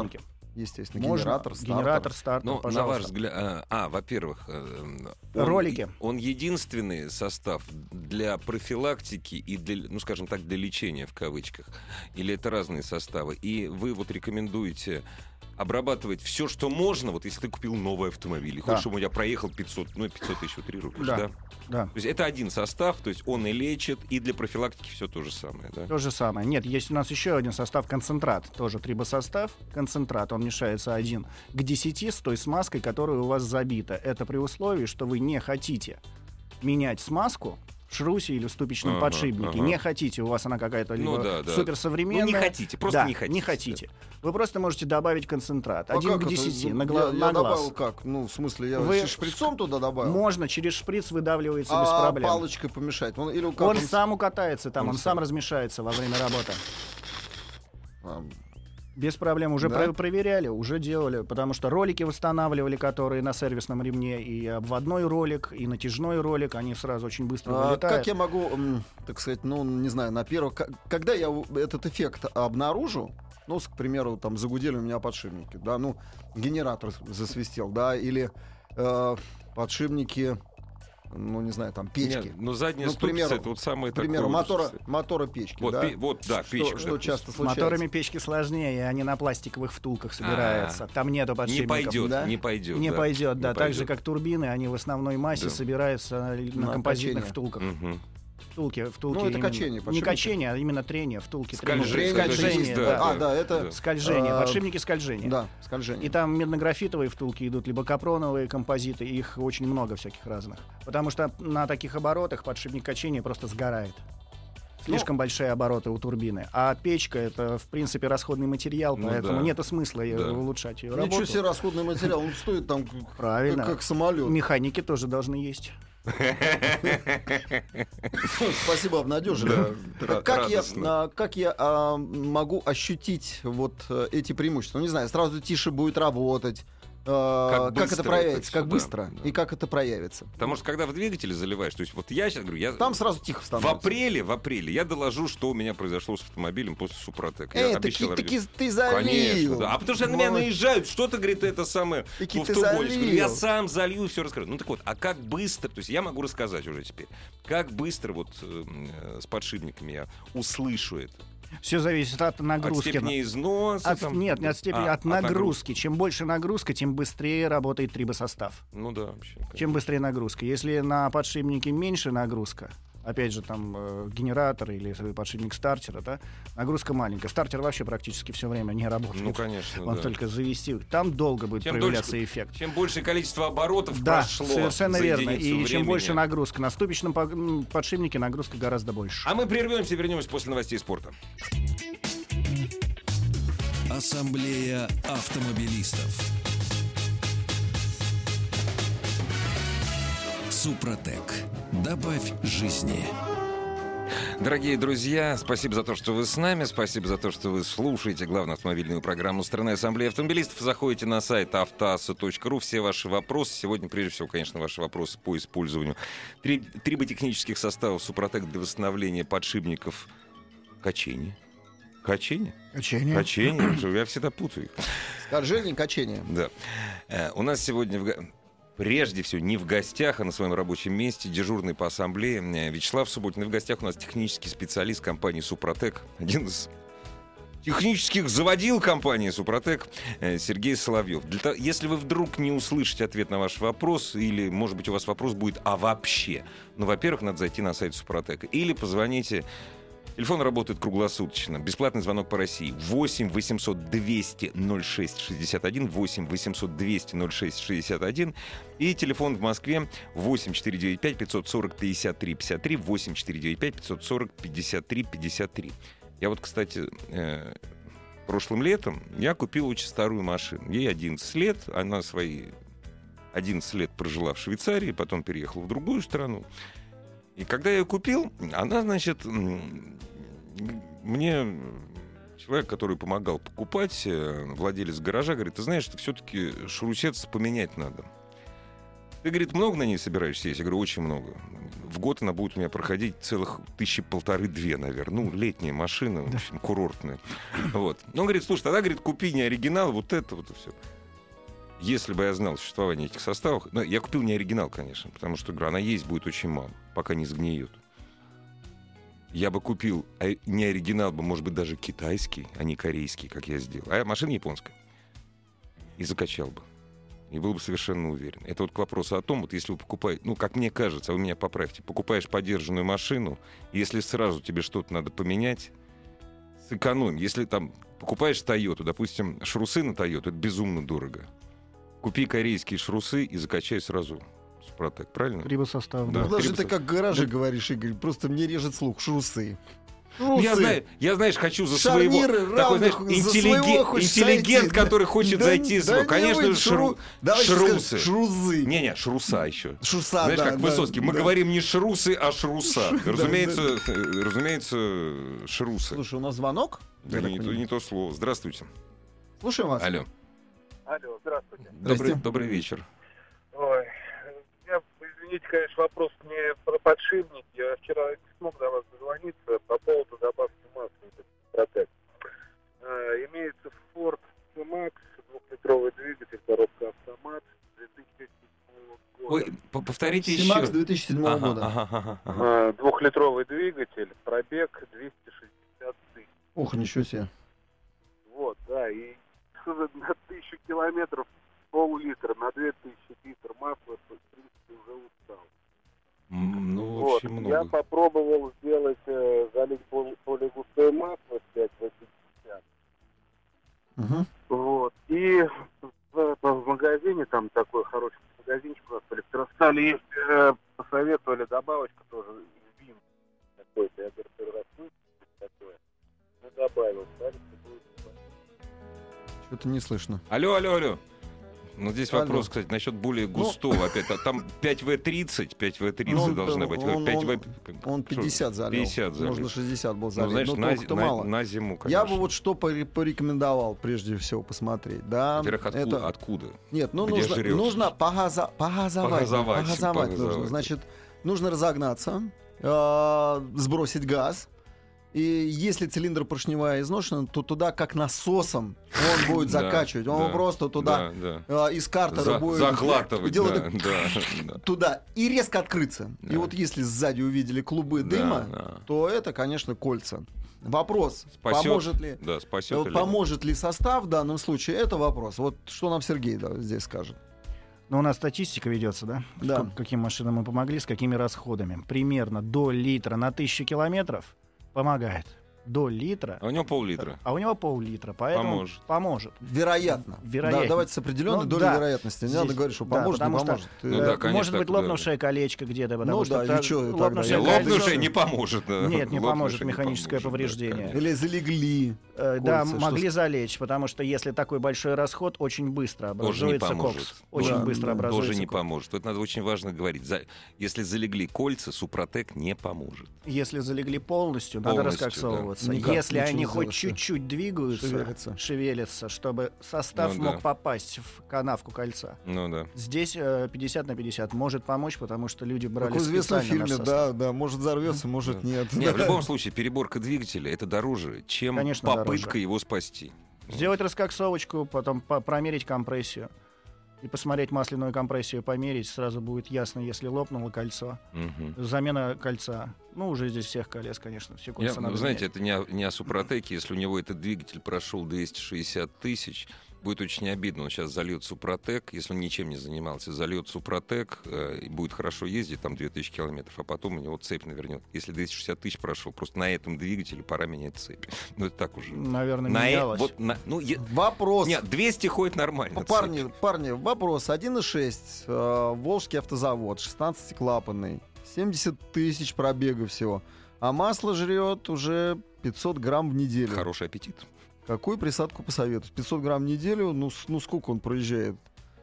Speaker 3: естественно.
Speaker 4: Можно.
Speaker 3: Генератор, стартер.
Speaker 4: Генератор, стартер,
Speaker 2: Но,
Speaker 4: пожалуйста.
Speaker 2: на ваш взгляд... А, а, во-первых... э, он-
Speaker 4: Ролики.
Speaker 2: Он единственный состав для профилактики и для, ну, скажем так, для лечения, в кавычках? Или это разные составы? И вы вот рекомендуете обрабатывать все, что можно, вот если ты купил новый автомобиль, и
Speaker 4: Да.
Speaker 2: хочешь, чтобы у тебя проехал пятьсот, ну, пятьсот тысяч вот три рубля,
Speaker 4: Да.
Speaker 2: да?
Speaker 4: Да.
Speaker 2: То есть это один состав, то есть он и лечит, и для профилактики все то же самое, да?
Speaker 4: То же самое. Нет, есть у нас еще один состав концентрат. Тоже трибосостав. Концентрат. Он мешается один к десяти с той смазкой, которая у вас забита. Это при условии, что вы не хотите менять смазку в шрусе или в ступичном
Speaker 2: Ага,
Speaker 4: подшипнике.
Speaker 2: ага.
Speaker 4: Не хотите, у вас она какая-то либо
Speaker 2: Ну да, да.
Speaker 4: суперсовременная.
Speaker 2: Ну, не хотите, просто
Speaker 4: Да,
Speaker 2: не хотите,
Speaker 4: не хотите. Вы просто можете добавить концентрат.
Speaker 3: А
Speaker 4: Один
Speaker 3: как
Speaker 4: к
Speaker 3: это?
Speaker 4: десяти
Speaker 3: Ну,
Speaker 4: на, гла-
Speaker 3: я,
Speaker 4: на
Speaker 3: я
Speaker 4: глаз.
Speaker 3: добавил как? Ну, в смысле, я
Speaker 4: Вы-
Speaker 3: шприцом туда добавил?
Speaker 4: Можно, через шприц выдавливается без
Speaker 3: А
Speaker 4: проблем.
Speaker 3: палочкой помешать? Он, или как
Speaker 4: Он
Speaker 3: он-
Speaker 4: сам укатается там,
Speaker 2: Он
Speaker 4: он,
Speaker 2: сам.
Speaker 4: сам размешается во время работы.
Speaker 3: А,
Speaker 4: Без проблем. Уже
Speaker 3: Да?
Speaker 4: про- проверяли, уже делали. Потому что ролики восстанавливали, которые на сервисном ремне, и обводной ролик, и натяжной ролик, они сразу очень быстро
Speaker 3: А
Speaker 4: вылетают.
Speaker 3: как я могу, м, так сказать, ну, не знаю, на первых... к- Когда я у- этот эффект обнаружу, ну, с- к примеру, там, загудели у меня подшипники, да, ну, генератор засвистел, да, или э, подшипники, ну, не знаю, там, печки.
Speaker 2: Нет, ну, задняя
Speaker 3: Ну, к
Speaker 2: ступица,
Speaker 3: примеру,
Speaker 2: это вот самое
Speaker 3: К примеру,
Speaker 2: такое.
Speaker 3: мотора,
Speaker 2: вот,
Speaker 3: мотора печки,
Speaker 2: вот,
Speaker 3: да?
Speaker 2: пе- вот, да,
Speaker 3: Что-
Speaker 2: печка.
Speaker 3: что
Speaker 2: да.
Speaker 3: часто
Speaker 4: С
Speaker 3: случается?
Speaker 4: моторами печки сложнее, они на пластиковых втулках собираются. Там нету
Speaker 2: Не
Speaker 4: подшипников.
Speaker 2: пойдет,
Speaker 3: да?
Speaker 2: не пойдет.
Speaker 4: Не
Speaker 2: да.
Speaker 4: пойдет,
Speaker 2: Не
Speaker 4: да. Так же,
Speaker 2: пойдет.
Speaker 4: как турбины, они в основной массе
Speaker 2: Да.
Speaker 4: собираются на,
Speaker 3: На
Speaker 4: композитных
Speaker 3: качение.
Speaker 4: втулках.
Speaker 2: Мгм.
Speaker 4: Втулки, втулки
Speaker 3: Ну, это
Speaker 4: именно.
Speaker 3: качение,
Speaker 4: Не
Speaker 3: подшипники.
Speaker 4: качение, а именно трение, втулки.
Speaker 2: Скольжение,
Speaker 4: трение.
Speaker 3: скольжение,
Speaker 4: Скольжение,
Speaker 2: да,
Speaker 4: да.
Speaker 3: А, да, это...
Speaker 2: Да.
Speaker 4: Скольжение,
Speaker 3: А,
Speaker 4: подшипники скольжения.
Speaker 3: Да, скольжение.
Speaker 4: И там меднографитовые втулки идут, либо капроновые композиты, их очень много всяких разных. Потому что на таких оборотах подшипник качения просто сгорает. Слишком большие обороты у турбины. А печка — это, в принципе, расходный материал,
Speaker 2: Ну
Speaker 4: поэтому
Speaker 2: да.
Speaker 4: нет смысла ее
Speaker 2: Да.
Speaker 4: улучшать ее
Speaker 3: Ничего
Speaker 4: работу.
Speaker 3: себе расходный материал, он стоит там как,
Speaker 4: Правильно.
Speaker 3: как самолет.
Speaker 4: Механики тоже должны есть.
Speaker 3: Спасибо, обнадежили.
Speaker 2: Да,
Speaker 3: Как я,
Speaker 2: радостно.
Speaker 3: а, как я а, могу ощутить вот э, эти преимущества? Ну, не знаю, сразу тише будет работать. а,
Speaker 2: Как
Speaker 3: Как,
Speaker 2: быстро
Speaker 3: это
Speaker 2: это
Speaker 3: проявится,
Speaker 2: всё,
Speaker 3: как
Speaker 2: да,
Speaker 3: быстро
Speaker 2: да.
Speaker 3: и как это проявится.
Speaker 2: Потому что когда в двигатель заливаешь, то есть вот я сейчас говорю, я
Speaker 3: Там сразу тихо
Speaker 2: в
Speaker 3: становится.
Speaker 2: апреле, в апреле я доложу, что у меня произошло с автомобилем после Супротека.
Speaker 3: Эй,
Speaker 2: Я
Speaker 3: таки,
Speaker 2: обещал
Speaker 3: таки
Speaker 2: радио-
Speaker 3: ты залил.
Speaker 2: Конечно, да. А потому что на меня
Speaker 3: Ой.
Speaker 2: наезжают, что-то, говорит, это самое,
Speaker 3: Таки
Speaker 2: ну, в
Speaker 3: ты
Speaker 2: ту боль.
Speaker 3: залил.
Speaker 2: Я сам залью, все расскажу. Ну так вот, а как быстро, то есть я могу рассказать уже теперь, как быстро вот э, с подшипниками я услышу это?
Speaker 4: Все зависит от
Speaker 2: От
Speaker 4: нагрузки.
Speaker 2: степени износа?
Speaker 4: От-
Speaker 2: там?
Speaker 4: нет, не от степени,
Speaker 2: А,
Speaker 4: от нагрузки. Чем больше нагрузка, тем быстрее работает трибосостав.
Speaker 2: Ну да, вообще. конечно.
Speaker 4: Чем быстрее нагрузка. Если на подшипнике меньше нагрузка, опять же, там э, генератор или подшипник стартера, да, нагрузка маленькая. Стартер вообще практически все время не работает.
Speaker 2: Ну, конечно,
Speaker 4: Он
Speaker 2: да.
Speaker 4: только завести. Там долго будет
Speaker 2: Чем
Speaker 4: проявляться
Speaker 2: дольше-
Speaker 4: эффект.
Speaker 2: Чем большее количество оборотов
Speaker 4: Да,
Speaker 2: прошло
Speaker 4: совершенно
Speaker 2: за
Speaker 4: верно.
Speaker 2: единицу
Speaker 4: И чем
Speaker 2: времени.
Speaker 4: больше нагрузка. На ступичном по- м, подшипнике нагрузка гораздо больше.
Speaker 2: А мы прервемся и вернемся после новостей спорта.
Speaker 1: Ассамблея автомобилистов. Супротек. Добавь жизни.
Speaker 2: Дорогие друзья, спасибо за то, что вы с нами, спасибо за то, что вы слушаете главную автомобильную программу страны Ассамблеи автомобилистов. Заходите на сайт автоаса точка ру, все ваши вопросы. Сегодня, прежде всего, конечно, ваши вопросы по использованию три- триботехнических составов Супротек для восстановления подшипников качения. Качение?
Speaker 4: Качение.
Speaker 2: Качение. Я всегда путаю их.
Speaker 3: Скольжение, качение.
Speaker 2: Да. Э, У нас сегодня в го- прежде всего не в гостях, а на своем рабочем месте дежурный по ассамблее э, Вячеслав Субботин. И в гостях у нас технический специалист компании «Супротек», один из технических заводил компании «Супротек», э, Сергей Соловьев. Для того, если вы вдруг не услышите ответ на ваш вопрос, или, может быть, у вас вопрос будет «а вообще?», ну, во-первых, надо зайти на сайт «Супротека», или позвоните. Телефон работает круглосуточно. Бесплатный звонок по России. восемь восемьсот двести ноль шесть шестьдесят один. восемь восемьсот двести ноль шесть шестьдесят один. И телефон в Москве восемь четыре девять пять пятьсот сорок пятьдесят три пятьдесят три. восемь четыре девять пять пятьсот сорок пятьдесят три пятьдесят три. Я вот, кстати, э, прошлым летом я купил очень старую машину. Ей одиннадцать лет. Она свои одиннадцать лет прожила в Швейцарии, потом переехала в другую страну. И когда я ее купил, она, значит, м, мне человек, который помогал покупать, э, владелец гаража, говорит: ты знаешь, что все-таки шрусец поменять надо. Ты, говорит, много на ней собираешься есть? Я говорю, очень много. В год она будет у меня проходить целых тысячи полторы-две, наверное. Ну, летняя машина, в общем, курортная. Вот. Он говорит, слушай, тогда, говорит, купи не оригинал, вот это вот и все. Если бы я знал существование этих составов... Ну, я купил не оригинал, конечно, потому что, говорю, она есть будет очень мало, пока не сгниет. Я бы купил а не оригинал, бы, может быть, даже китайский, а не корейский, как я сделал. А машина японская. И закачал бы. И был бы совершенно уверен. Это вот к вопросу о том, вот если вы покупаете... Ну, как мне кажется, а вы меня поправьте. Покупаешь подержанную машину, если сразу тебе что-то надо поменять, сэкономь. Если там покупаешь Тойоту, допустим, шрусы на Тойоту, это безумно дорого. Купи корейские шрусы и закачай сразу Супротек, правильно?
Speaker 4: Трибосостав,
Speaker 2: да.
Speaker 3: Ну, даже
Speaker 2: Трибос...
Speaker 3: ты как в гараже
Speaker 2: да.
Speaker 3: говоришь, Игорь, просто мне режет слух. Шрусы.
Speaker 2: Я, знаю, я, знаешь, хочу за
Speaker 3: Шарниры
Speaker 2: своего... Такой, знаешь, интеллигент,
Speaker 3: своего
Speaker 2: интеллигент
Speaker 3: сойти.
Speaker 2: который хочет
Speaker 3: да,
Speaker 2: зайти...
Speaker 3: Да,
Speaker 2: Да, конечно же, шру... шрусы.
Speaker 3: Шрузы.
Speaker 2: Не-не, шруса еще.
Speaker 3: Шруса,
Speaker 2: Знаешь,
Speaker 3: да,
Speaker 2: как
Speaker 3: да,
Speaker 2: Высоцкий. Мы
Speaker 3: да.
Speaker 2: говорим не шрусы, а шруса.
Speaker 3: Да,
Speaker 2: Разумеется, разумеется, шрусы.
Speaker 3: Слушай, у нас звонок?
Speaker 2: Да не, то, не то слово. Здравствуйте.
Speaker 3: Слушаем вас.
Speaker 2: Алло.
Speaker 5: Алло, здравствуйте.
Speaker 2: Добрый, добрый вечер.
Speaker 5: Ой, я, извините, конечно, вопрос не про подшипник. Я вчера не смог до вас дозвониться по поводу добавки масла. Протек. А, имеется Ford C-Max, двухлитровый двигатель, коробка автомат, две тысячи седьмого года.
Speaker 2: Ой, повторите еще.
Speaker 3: C-Max две тысячи седьмого
Speaker 2: ага,
Speaker 3: года.
Speaker 2: Ага, ага, ага.
Speaker 5: А, двухлитровый двигатель, пробег двести шестьдесят тысяч.
Speaker 3: Ух, ничего себе.
Speaker 5: Вот, да, и на тысячу километров пол-литра, на две тысячи литров масла, в принципе, уже устал.
Speaker 2: Ну,
Speaker 5: Вот,
Speaker 2: очень
Speaker 5: я
Speaker 2: много.
Speaker 5: попробовал сделать, э, залить пол- более густое масло пять восемьдесят.
Speaker 3: Угу.
Speaker 5: Вот, и в, в магазине, там такой хороший магазинчик у нас в Электростале есть, э, посоветовали добавочку тоже, вин какой-то, я говорю, первый раз слышу, такое. Ну, добавил, стали, будет.
Speaker 3: Что-то не слышно.
Speaker 2: Алло, алло, алло. Ну, здесь
Speaker 3: Алло.
Speaker 2: вопрос, кстати, насчет более густого. Опять, а там пять вэ тридцать, пять вэ тридцать
Speaker 3: Ну, он-
Speaker 2: должна быть.
Speaker 3: он-
Speaker 2: пять вэ...
Speaker 3: Он
Speaker 2: что?
Speaker 3: пятьдесят залил.
Speaker 2: пятьдесят залил.
Speaker 3: Можно шестьдесят был
Speaker 2: Ну,
Speaker 3: залить.
Speaker 2: знаешь,
Speaker 3: но
Speaker 2: на,
Speaker 3: толку-то
Speaker 2: на-
Speaker 3: мало.
Speaker 2: на зиму, конечно.
Speaker 3: Я бы вот что пори- порекомендовал прежде всего посмотреть. Да,
Speaker 2: Во-первых, откуда?
Speaker 3: это...
Speaker 2: откуда?
Speaker 3: Нет, ну
Speaker 2: Где
Speaker 3: нужно,
Speaker 2: жрёшь?
Speaker 3: нужно погаза... погазовать.
Speaker 2: Погазовать,
Speaker 3: Погазовать нужно.
Speaker 2: погазовать.
Speaker 3: Значит, нужно разогнаться, э, сбросить газ. И если цилиндр поршневая изношена, то туда как насосом он будет
Speaker 2: Да,
Speaker 3: закачивать. Он
Speaker 2: да,
Speaker 3: просто туда
Speaker 2: да, да.
Speaker 3: э, из картера
Speaker 2: За-
Speaker 3: будет
Speaker 2: захватывать,
Speaker 3: делать
Speaker 2: да, да, да.
Speaker 3: туда и резко открыться. И
Speaker 2: Да.
Speaker 3: вот если сзади увидели клубы
Speaker 2: Да,
Speaker 3: дыма,
Speaker 2: да.
Speaker 3: то это, конечно, кольца. Вопрос,
Speaker 2: Спасет,
Speaker 3: поможет ли,
Speaker 2: да, спасет
Speaker 3: вот
Speaker 2: или
Speaker 3: поможет ли состав в данном случае, это вопрос. Вот что нам Сергей да, здесь скажет.
Speaker 4: Ну, у нас статистика ведется, да?
Speaker 3: Да.
Speaker 4: Сколько- каким машинам мы помогли, с какими расходами. Примерно до литра на тысячу километров помогает. До литра.
Speaker 2: А у него пол-литра.
Speaker 4: А у него пол-литра, поэтому
Speaker 2: Поможет.
Speaker 4: поможет.
Speaker 3: Вероятно.
Speaker 4: Вероятнее.
Speaker 3: Да, давайте с определенной
Speaker 4: Ну,
Speaker 3: долей
Speaker 4: да.
Speaker 3: вероятности. Не
Speaker 4: Здесь-
Speaker 3: надо говорить, что
Speaker 4: да,
Speaker 3: поможет, не
Speaker 4: потому что,
Speaker 3: поможет.
Speaker 2: Ну
Speaker 3: Э,
Speaker 2: да, конечно,
Speaker 4: Может быть,
Speaker 2: так, да.
Speaker 4: лопнувшее колечко где-то, потому
Speaker 3: Ну
Speaker 4: что
Speaker 3: да, и
Speaker 4: так-
Speaker 3: чё тогда?
Speaker 4: лопнувшее
Speaker 3: Не,
Speaker 4: колечко-
Speaker 2: Лопнувшее не поможет. да.
Speaker 4: Нет, не
Speaker 2: Лопнувшее
Speaker 4: поможет
Speaker 2: не
Speaker 4: механическое
Speaker 2: поможет, да,
Speaker 4: повреждение.
Speaker 2: конечно.
Speaker 3: Или залегли.
Speaker 4: Э, да,
Speaker 3: кольца,
Speaker 4: могли
Speaker 3: что-
Speaker 4: залечь, потому что если такой большой расход, очень быстро
Speaker 2: Тоже не
Speaker 4: образуется
Speaker 2: поможет.
Speaker 4: кокс. Очень
Speaker 3: Да,
Speaker 4: быстро
Speaker 3: да.
Speaker 4: образуется
Speaker 2: Тоже не
Speaker 4: кокс.
Speaker 2: поможет. Это надо очень важно говорить. За- Если залегли кольца, Супротек не поможет.
Speaker 4: Если залегли полностью, надо
Speaker 2: Полностью,
Speaker 4: раскоксовываться.
Speaker 3: да. Никак
Speaker 4: Если
Speaker 3: ничего
Speaker 4: они
Speaker 3: не
Speaker 4: хоть
Speaker 3: сделаешь,
Speaker 4: чуть-чуть двигаются,
Speaker 3: шевелятся.
Speaker 4: шевелятся, чтобы состав
Speaker 2: Ну
Speaker 4: мог
Speaker 2: да.
Speaker 4: попасть в канавку кольца.
Speaker 2: Ну да.
Speaker 4: Здесь э, пятьдесят на пятьдесят может помочь, потому что люди брали
Speaker 3: Как в известном
Speaker 4: специально наш
Speaker 3: фильме,
Speaker 4: состав.
Speaker 3: да, да, может взорвется, может нет.
Speaker 2: Не,
Speaker 3: Да.
Speaker 2: в любом случае, переборка двигателя это дороже, чем
Speaker 4: Конечно,
Speaker 2: попытка
Speaker 4: дороже.
Speaker 2: его спасти.
Speaker 4: Сделать раскоксовочку, потом по- промерить компрессию. И посмотреть масляную компрессию, померить, сразу будет ясно, если лопнуло кольцо.
Speaker 2: Мгм.
Speaker 4: Замена кольца. Ну, уже здесь всех колес, конечно, все
Speaker 2: Я,
Speaker 4: кольца
Speaker 2: ну,
Speaker 4: надо
Speaker 2: знаете,
Speaker 4: менять.
Speaker 2: это не о, не о Супротеке. Если у него этот двигатель прошел двести шестьдесят тысяч, будет очень обидно. Он сейчас зальет Супротек, если он ничем не занимался, зальет Супротек э, и будет хорошо ездить, там две тысячи километров, а потом у него цепь навернет. Если двести шестьдесят тысяч прошел, просто на этом двигателе пора менять цепь. Ну, это так уже.
Speaker 4: Наверное,
Speaker 2: На, э-
Speaker 4: менялось.
Speaker 2: вот, на- ну, е-
Speaker 3: Вопрос.
Speaker 2: нет, двести ходит нормально. цепь.
Speaker 3: Парни, парни, вопрос. один и шесть. э, Волжский автозавод, шестнадцатиклапанный. семьдесят тысяч пробега всего. А масло жрет уже пятьсот грамм в неделю.
Speaker 2: Хороший аппетит.
Speaker 3: Какую присадку посоветуешь? пятьсот грамм в неделю? Ну, с- ну сколько он проезжает?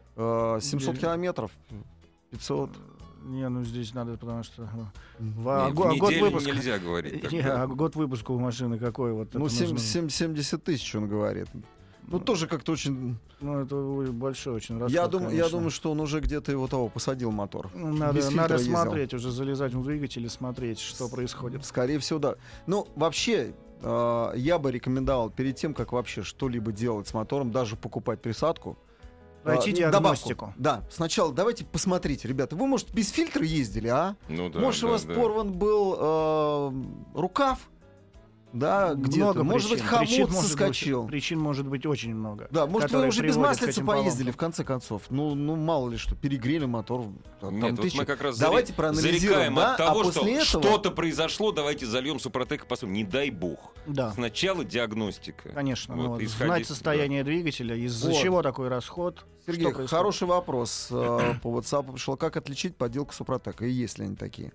Speaker 3: Э, семьсот
Speaker 4: Неделю.
Speaker 3: километров? пятьсот?
Speaker 4: Не, ну здесь надо, потому что... э,
Speaker 3: Мгм.
Speaker 4: в- а
Speaker 2: Не,
Speaker 4: го-
Speaker 2: в
Speaker 4: год
Speaker 2: неделю
Speaker 4: выпуска.
Speaker 2: нельзя говорить.
Speaker 4: Не,
Speaker 2: тогда.
Speaker 4: а год выпуска у машины какой? Вот
Speaker 3: Ну,
Speaker 4: это
Speaker 3: семь-
Speaker 4: нужно-
Speaker 3: семь- семьдесят тысяч, он говорит. Ну, тоже как-то очень...
Speaker 4: Ну, это большой очень расход,
Speaker 3: Я, дум...
Speaker 4: конечно.
Speaker 3: я думаю, что он уже где-то его того посадил мотор.
Speaker 4: Ну, надо,
Speaker 3: Без фильтра
Speaker 4: надо
Speaker 3: ездил.
Speaker 4: смотреть, уже залезать в двигатель и смотреть, что происходит.
Speaker 3: Скорее всего, да. Ну, вообще, э, я бы рекомендовал перед тем, как вообще что-либо делать с мотором, даже покупать присадку,
Speaker 4: Пройти
Speaker 3: э,
Speaker 4: диагностику.
Speaker 3: добавку. Да, сначала давайте посмотрите, ребята, вы, может, без фильтра ездили, а?
Speaker 2: Ну да.
Speaker 3: Может,
Speaker 2: да,
Speaker 3: у вас
Speaker 2: да.
Speaker 3: порван был э, рукав, да, где-то.
Speaker 4: Много
Speaker 3: Может быть,
Speaker 4: причин.
Speaker 3: хомут
Speaker 4: Причин может
Speaker 3: соскочил.
Speaker 4: быть- причин может быть очень много.
Speaker 3: Да, может, вы
Speaker 4: которые
Speaker 3: уже без
Speaker 4: приводят к
Speaker 3: маслицы
Speaker 4: этим
Speaker 3: поездили,
Speaker 4: поломкам.
Speaker 3: в конце концов. Ну, ну мало ли что, перегрели мотор. Там,
Speaker 2: Нет, вот
Speaker 3: тысячи.
Speaker 2: мы как раз
Speaker 3: Давайте
Speaker 2: заре-
Speaker 3: проанализируем,
Speaker 2: зарекаем
Speaker 3: да,
Speaker 2: от того,
Speaker 3: а
Speaker 2: что
Speaker 3: после этого...
Speaker 2: что-то произошло, давайте зальем Супротек и посмотрим. Не дай бог.
Speaker 4: Да,
Speaker 2: Сначала диагностика.
Speaker 4: конечно.
Speaker 2: Вот,
Speaker 4: ну вот,
Speaker 2: исходить-
Speaker 4: знать состояние двигателя, из-за
Speaker 3: Вот.
Speaker 4: чего такой расход.
Speaker 3: Сергей,
Speaker 4: что происходит.
Speaker 3: хороший вопрос э, по WhatsApp пришел. Как отличить подделку Супротека? И есть ли они такие?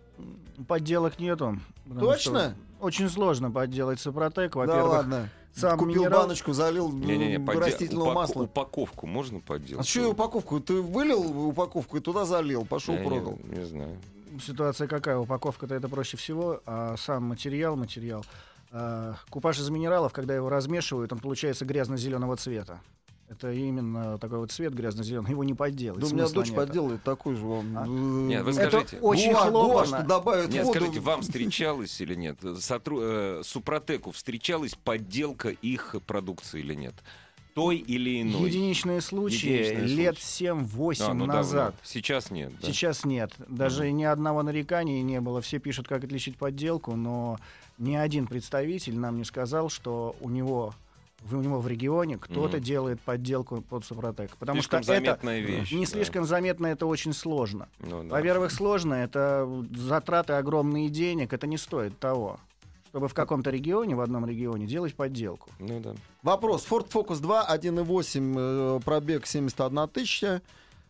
Speaker 4: Подделок нету. потому
Speaker 3: Точно?
Speaker 4: что Очень сложно подделать Супротек.
Speaker 3: Да
Speaker 4: Во-первых,
Speaker 3: ладно.
Speaker 4: сам
Speaker 3: Купил
Speaker 4: минерал-
Speaker 3: баночку, залил
Speaker 2: Не-не-не,
Speaker 3: м,
Speaker 2: подде-
Speaker 3: растительного
Speaker 2: упако-
Speaker 3: масла.
Speaker 2: Упаковку можно подделать?
Speaker 3: А что и упаковку? Ты вылил упаковку и туда залил, пошел
Speaker 2: Я не-
Speaker 3: продал.
Speaker 2: Не, знаю.
Speaker 4: Ситуация какая? Упаковка-то это проще всего, а сам материал, материал. А, купаж из минералов, когда его размешивают, он получается грязно-зеленого цвета. Это именно такой вот цвет грязно-зеленый, его не подделать.
Speaker 3: Да у меня
Speaker 4: смысла
Speaker 3: дочь
Speaker 4: нету.
Speaker 3: подделает такой же вам.
Speaker 4: А?
Speaker 2: Нет, вы
Speaker 4: Это
Speaker 2: скажите.
Speaker 4: очень
Speaker 3: Гуа, гуа,
Speaker 4: хлопотно.
Speaker 3: что добавят
Speaker 2: Нет,
Speaker 3: воду.
Speaker 2: скажите, вам встречалось или нет? Сотру... э, Супротеку встречалась подделка их продукции или нет? Той или иной?
Speaker 4: Единичные случаи
Speaker 2: Единичные
Speaker 4: лет
Speaker 2: случаи.
Speaker 4: семь-восемь
Speaker 2: А, ну
Speaker 4: назад.
Speaker 2: давно. Сейчас нет. Да?
Speaker 4: Сейчас нет. Даже ни одного нарекания не было. Все пишут, как отличить подделку, но ни один представитель нам не сказал, что у него в, у него в регионе кто-то
Speaker 2: Мгм.
Speaker 4: делает подделку под Супротек. Потому
Speaker 2: Слишком
Speaker 4: что это
Speaker 2: заметная вещь.
Speaker 4: не
Speaker 2: да.
Speaker 4: слишком заметно, это очень сложно.
Speaker 2: Ну да.
Speaker 4: Во-первых, сложно, это затраты огромные денег, это не стоит того, чтобы в каком-то регионе, в одном регионе делать подделку.
Speaker 2: Ну да.
Speaker 3: Вопрос. Ford Focus два, один и восемь, э, пробег семьдесят одна тысяча.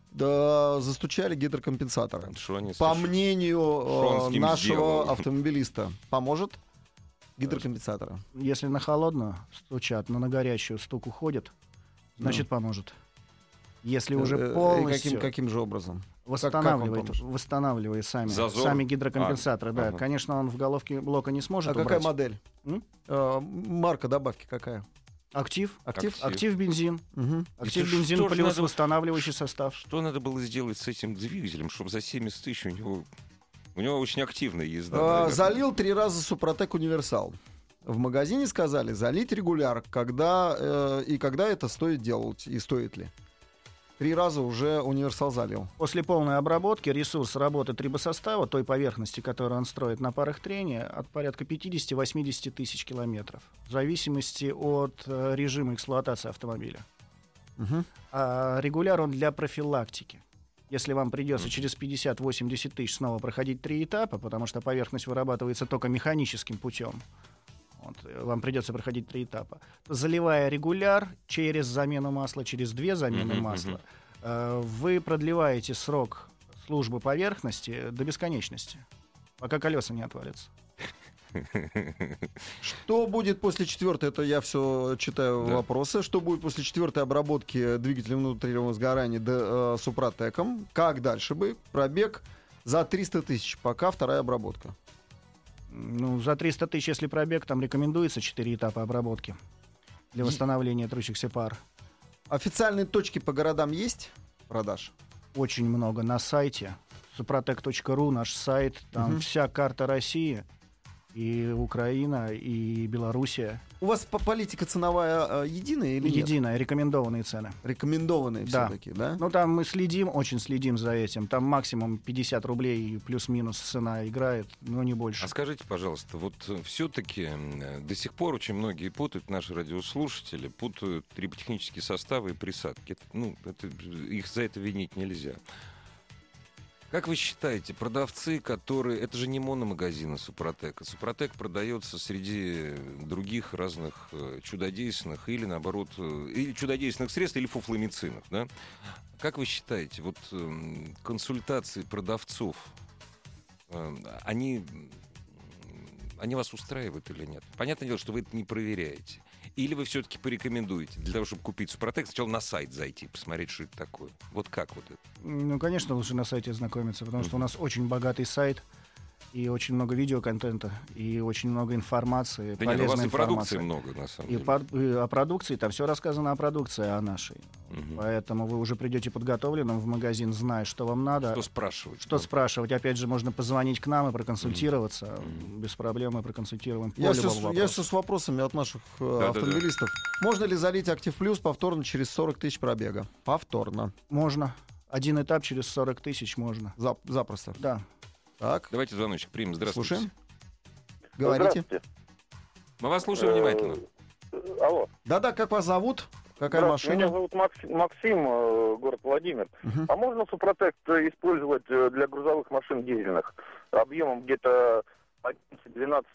Speaker 3: Да, застучали гидрокомпенсаторы.
Speaker 2: Что они
Speaker 3: По
Speaker 2: слушают?
Speaker 3: мнению
Speaker 2: Что он с
Speaker 3: э,
Speaker 2: ним
Speaker 3: нашего
Speaker 2: сделал?
Speaker 3: автомобилиста, поможет гидрокомпенсатора?
Speaker 4: Если на холодную стучат, но на горячую стук уходит, значит, поможет. Если
Speaker 3: Э,
Speaker 4: уже
Speaker 3: э, и
Speaker 4: полностью
Speaker 3: каким, каким же образом?
Speaker 4: восстанавливает,
Speaker 3: как он поможет?
Speaker 4: восстанавливает сами,
Speaker 2: Зазор?
Speaker 4: сами гидрокомпенсаторы.
Speaker 2: А,
Speaker 4: да,
Speaker 2: ага.
Speaker 4: конечно, он в головке блока не
Speaker 3: А
Speaker 4: сможет
Speaker 3: какая
Speaker 4: убрать.
Speaker 3: модель?
Speaker 4: М?
Speaker 3: Э, марка добавки какая?
Speaker 4: Актив,
Speaker 3: Актив?
Speaker 2: Актив.
Speaker 4: актив бензин,
Speaker 3: Мгм.
Speaker 4: актив
Speaker 2: Это
Speaker 4: бензин
Speaker 2: что ж
Speaker 4: плюс
Speaker 2: надо-
Speaker 4: восстанавливающий состав.
Speaker 2: Что надо было сделать с этим двигателем, чтобы за семьдесят тысяч у него... У него очень активная езда.
Speaker 3: Э,
Speaker 2: наверное.
Speaker 3: залил три раза Супротек Универсал. В магазине сказали залить регуляр, когда э, и когда это стоит делать и стоит ли. Три раза уже Универсал залил.
Speaker 4: После полной обработки ресурс работы трибосостава, той поверхности, которую он строит на парах трения, от порядка пятьдесят-восемьдесят тысяч километров, в зависимости от э, режима эксплуатации автомобиля.
Speaker 3: Мгм.
Speaker 4: А регуляр он для профилактики. Если вам придется через пятьдесят-восемьдесят тысяч снова проходить три этапа, потому что поверхность вырабатывается только механическим путем, вот, э, вам придется проходить три этапа, то, заливая регуляр через замену масла, через две замены
Speaker 2: Мгм,
Speaker 4: масла,
Speaker 2: мгм.
Speaker 4: э, вы продлеваете срок службы поверхности до бесконечности, пока колеса не отвалятся.
Speaker 3: Что будет после четвертой, это я все читаю
Speaker 2: Да.
Speaker 3: вопросы. Что будет после четвертой обработки двигателя внутреннего сгорания д- э, Супротеком? Как дальше бы? Пробег за триста тысяч, пока вторая обработка.
Speaker 4: Ну, за триста тысяч, если пробег, там рекомендуется четыре этапа обработки для
Speaker 3: И-
Speaker 4: восстановления трущихся пар.
Speaker 3: Официальные точки по городам есть продаж?
Speaker 4: Очень много на сайте супротек точка ру, наш сайт, там
Speaker 3: Мгм.
Speaker 4: вся карта России, и Украина, и Белоруссия.
Speaker 3: У вас по- политика ценовая э, единая или нет?
Speaker 4: Единая, рекомендованные цены.
Speaker 3: Рекомендованные
Speaker 4: Да.
Speaker 3: все-таки, да?
Speaker 4: Ну, там мы следим, очень следим за этим. Там максимум пятьдесят рублей плюс-минус цена играет, но не больше.
Speaker 2: А скажите, пожалуйста, вот все-таки до сих пор очень многие путают, наши радиослушатели, путают триботехнические составы и присадки. Это, ну, это, их за это винить нельзя. Как вы считаете, продавцы, которые... Это же не мономагазины Супротека. Супротек продается среди других разных э, чудодейственных или, наоборот, э, или чудодейственных средств, или фуфломицинов, да? Как вы считаете, вот э, консультации продавцов, э, они, они вас устраивают или нет? Понятное дело, что вы это не проверяете. Или вы все-таки порекомендуете для того, чтобы купить Супротек, сначала на сайт зайти, посмотреть, что это такое? Вот как вот это?
Speaker 4: Ну, конечно, лучше на сайте ознакомиться, потому что у нас очень богатый сайт. И И очень много видеоконтента, и очень много информации,
Speaker 2: Да нет, у вас
Speaker 4: полезной
Speaker 2: и продукции
Speaker 4: информации.
Speaker 2: много, на самом
Speaker 4: И
Speaker 2: деле.
Speaker 4: по- и о продукции, там все рассказано о продукции, о нашей.
Speaker 2: Мгм.
Speaker 4: Поэтому вы уже придете подготовленным в магазин, зная, что вам надо.
Speaker 2: Что спрашивать?
Speaker 4: Что
Speaker 2: Ну,
Speaker 4: спрашивать? Опять же, можно позвонить к нам и проконсультироваться.
Speaker 2: Мгм.
Speaker 4: Без проблем мы проконсультируем по
Speaker 3: Я
Speaker 4: любому
Speaker 3: все, я
Speaker 4: вопросу.
Speaker 3: всё с вопросами от наших э,
Speaker 2: Да-да-да.
Speaker 3: автомобилистов. Можно ли залить Актив Плюс повторно через сорок тысяч пробега? Повторно.
Speaker 4: Можно. Один этап через сорок тысяч можно.
Speaker 3: Зап- запросто.
Speaker 4: Да.
Speaker 3: Так,
Speaker 2: Давайте звоночек примем. Здравствуйте.
Speaker 3: слушаем. Говорите.
Speaker 5: Здравствуйте.
Speaker 2: Мы вас слушаем внимательно.
Speaker 5: Э, Алло.
Speaker 3: Да-да, как вас зовут? Какая
Speaker 5: Здравствуйте. Меня
Speaker 3: машина?
Speaker 5: зовут Макс- Максим, э, город Владимир.
Speaker 3: Мгм.
Speaker 5: А можно Супротек э, использовать э, для грузовых машин дизельных объемом где-то одиннадцать-двенадцать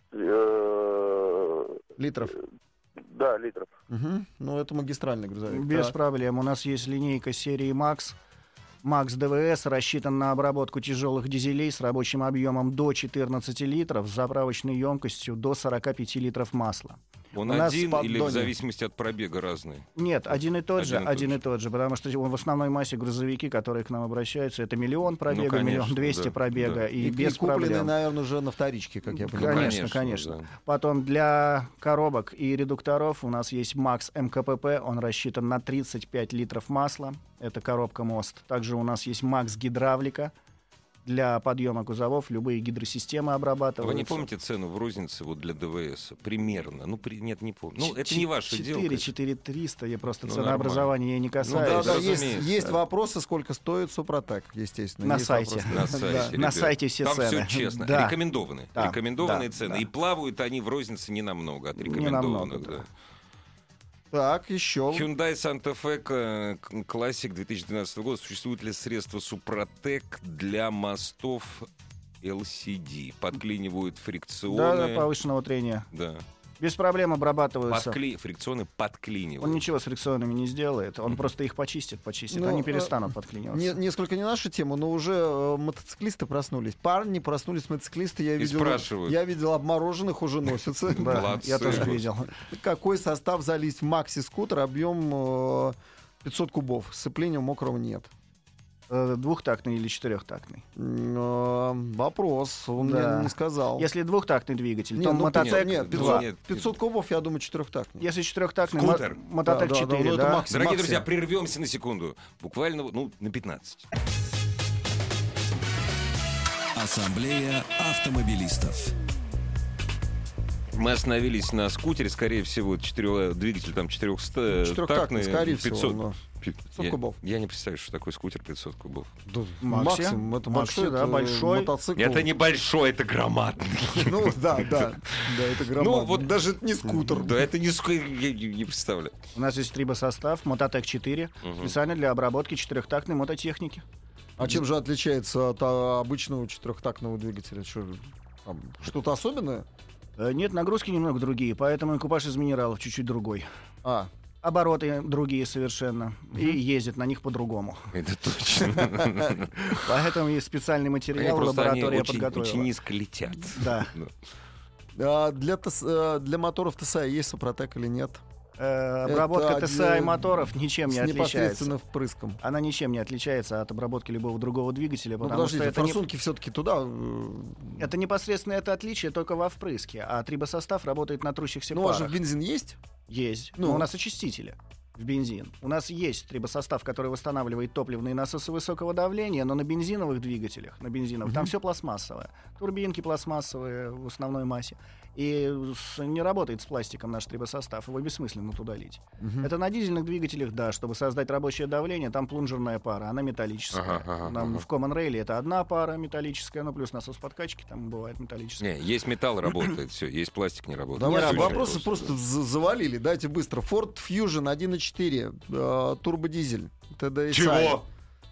Speaker 5: э,
Speaker 3: Литров.
Speaker 5: да, литров?
Speaker 3: Мгм. Ну, это магистральный грузовик.
Speaker 4: Без
Speaker 3: Так.
Speaker 4: проблем. У нас есть линейка серии Max. Max ДВС рассчитан на обработку тяжелых дизелей с рабочим объемом до четырнадцати литров, с заправочной емкостью до сорока пяти литров масла.
Speaker 2: Он
Speaker 4: у нас
Speaker 2: один
Speaker 3: в
Speaker 2: или в
Speaker 3: поддоне.
Speaker 2: зависимости от пробега разный?
Speaker 4: Нет, один и тот же,
Speaker 2: Один и тот
Speaker 4: один
Speaker 2: же.
Speaker 4: и тот же, потому что в основной массе грузовики, которые к нам обращаются, это миллион пробега,
Speaker 2: конечно,
Speaker 4: миллион двести
Speaker 2: да,
Speaker 4: пробега,
Speaker 2: да.
Speaker 4: и,
Speaker 3: И,
Speaker 4: без
Speaker 3: и купленный,
Speaker 4: проблем.
Speaker 3: наверное, уже на вторичке, как я понимаю.
Speaker 4: Конечно, конечно.
Speaker 2: да.
Speaker 4: Потом для коробок и редукторов у нас есть Max эм ка пэ пэ, он рассчитан на тридцать пять литров масла, это коробка мост. Также у нас есть Max гидравлика, для подъема кузовов любые гидросистемы обрабатываются.
Speaker 2: Вы не помните цену в рознице вот для ДВС? Примерно. Ну, при... нет, не помню. Ну, это не ваше дело.
Speaker 4: четыре
Speaker 2: конечно.
Speaker 4: четыре триста, я просто
Speaker 2: Ну,
Speaker 4: ценообразование не
Speaker 3: Ну,
Speaker 4: касаюсь.
Speaker 3: да, да,
Speaker 2: разумеется.
Speaker 3: есть, есть вопросы, сколько стоит Супротек, естественно.
Speaker 4: На
Speaker 3: Есть
Speaker 4: сайте.
Speaker 3: вопросы.
Speaker 2: На сайте,
Speaker 3: Да.
Speaker 4: На
Speaker 2: ребят.
Speaker 4: сайте все
Speaker 2: Там
Speaker 4: цены.
Speaker 2: все честно.
Speaker 4: Да.
Speaker 2: Рекомендованные.
Speaker 4: Да,
Speaker 2: Рекомендованные
Speaker 4: да,
Speaker 2: цены.
Speaker 4: да.
Speaker 2: И плавают они в рознице не намного от
Speaker 4: Не
Speaker 2: рекомендованных.
Speaker 4: намного, да.
Speaker 2: да.
Speaker 3: Так, еще.
Speaker 2: Hyundai Santa Fe К- Classic две тысячи двенадцатого года. Существует ли средство Супротек для мостов эл си ди? Подклинивают фрикционы.
Speaker 4: Да, да, повышенного трения.
Speaker 2: Да.
Speaker 4: Без проблем обрабатываются.
Speaker 2: Подкли- Фрикционы подклинивают.
Speaker 4: Он ничего с фрикционами не сделает, он просто их почистит, почистит.
Speaker 3: Ну,
Speaker 4: Они
Speaker 3: э,
Speaker 4: перестанут подклиниваться.
Speaker 3: Не- несколько не наша тема, но уже э, мотоциклисты проснулись. Парни проснулись, мотоциклисты. Я
Speaker 2: И
Speaker 3: видел,
Speaker 2: спрашивают.
Speaker 3: я видел обмороженных, уже носятся.
Speaker 4: Да,
Speaker 2: Молодцы.
Speaker 4: я тоже видел.
Speaker 3: Какой состав залить в Макси скутер? Объем э, пятьсот кубов. Сцепления мокрого нет.
Speaker 4: Э, Двухтактный или четырехтактный.
Speaker 3: М, э, Вопрос. Он
Speaker 4: Да.
Speaker 3: мне не сказал.
Speaker 4: Если двухтактный двигатель,
Speaker 3: Не,
Speaker 4: то
Speaker 3: ну,
Speaker 4: Мототек
Speaker 3: нет,
Speaker 2: два.
Speaker 3: пятьсот,
Speaker 2: Нет,
Speaker 3: пятьсот кубов, я думаю, четырехтактный.
Speaker 4: Если четырехтактный,
Speaker 2: Скутер.
Speaker 4: мо- Мототек
Speaker 3: Да, да, да,
Speaker 4: четыре,
Speaker 3: ну, это
Speaker 4: да.
Speaker 3: макс-
Speaker 2: Дорогие
Speaker 3: Макси.
Speaker 2: друзья, прервемся на секунду. Буквально ну, на пятнадцать.
Speaker 1: Ассамблея автомобилистов.
Speaker 2: Мы остановились на скутере, скорее всего, четыре, двигатель там четырехсот,
Speaker 3: Четырехтактный, скорее всего.
Speaker 2: пятьсот.
Speaker 3: но
Speaker 2: Пи-
Speaker 3: пятьсот
Speaker 2: я,
Speaker 3: кубов.
Speaker 2: я не представляю, что такое скутер пятьсот кубов.
Speaker 3: Да,
Speaker 4: Макси.
Speaker 3: максимум. Это
Speaker 4: Макси,
Speaker 3: большой,
Speaker 4: да,
Speaker 3: это
Speaker 4: большой.
Speaker 3: мотоцикл.
Speaker 2: Это не большой, это громадный.
Speaker 3: Ну, да, да. Да, это громадно.
Speaker 2: Ну, вот-
Speaker 3: Даже не скутер.
Speaker 2: Да, это не скутер, я не не представляю.
Speaker 4: У нас есть трибосостав, Мототек четыре,
Speaker 2: Мгм.
Speaker 4: специально для обработки четырехтактной мототехники.
Speaker 3: А чем же отличается от а, обычного четырехтактного двигателя? Что, там, что-то особенное?
Speaker 4: Э, Нет, нагрузки немного другие, поэтому экипаж из минералов чуть-чуть другой.
Speaker 3: А,
Speaker 4: Обороты другие совершенно. И ездят на них по-другому.
Speaker 2: Это точно.
Speaker 4: Поэтому есть специальный
Speaker 2: Они
Speaker 4: материал,
Speaker 2: просто они
Speaker 4: лаборатория
Speaker 2: очень,
Speaker 4: подготовила.
Speaker 2: очень низко летят.
Speaker 4: Да.
Speaker 2: Ну,
Speaker 3: а для, ТС, а, для моторов ТСА есть Супротек или нет?
Speaker 4: Э, Обработка
Speaker 3: Это
Speaker 4: ТСА и
Speaker 3: один-
Speaker 4: моторов ничем не
Speaker 3: С
Speaker 4: отличается.
Speaker 3: непосредственно впрыском.
Speaker 4: Она ничем не отличается от обработки любого другого двигателя,
Speaker 3: Ну,
Speaker 4: потому что
Speaker 3: подождите,
Speaker 4: это, не,
Speaker 3: форсунки все-таки туда. э,
Speaker 4: это непосредственно это отличие только во впрыске, а трибосостав работает на трущихся
Speaker 3: Ну, у вас же
Speaker 4: парах.
Speaker 3: бензин есть?
Speaker 4: Есть.
Speaker 3: Ну.
Speaker 4: Но у нас очистители в бензин. У нас есть трибосостав, который восстанавливает топливные насосы высокого давления, но на бензиновых двигателях, на бензиновых, там все пластмассовое. Турбинки пластмассовые в основной массе. И с- не работает с пластиком наш трибосостав, его бессмысленно туда лить. Это на дизельных двигателях, да, чтобы создать рабочее давление, там плунжерная пара, она металлическая.
Speaker 2: Ага, ага,
Speaker 4: Нам
Speaker 2: ага.
Speaker 4: в Common Rail это одна пара металлическая, ну плюс насос подкачки, там бывает металлическая.
Speaker 2: Не, есть металл, работает, все, есть пластик, не работает.
Speaker 3: Давайте
Speaker 2: Всё очень
Speaker 3: вопросы просто з- завалили. Дайте быстро. Ford Fusion один и четыре, э, турбодизель. ТД
Speaker 2: Чего?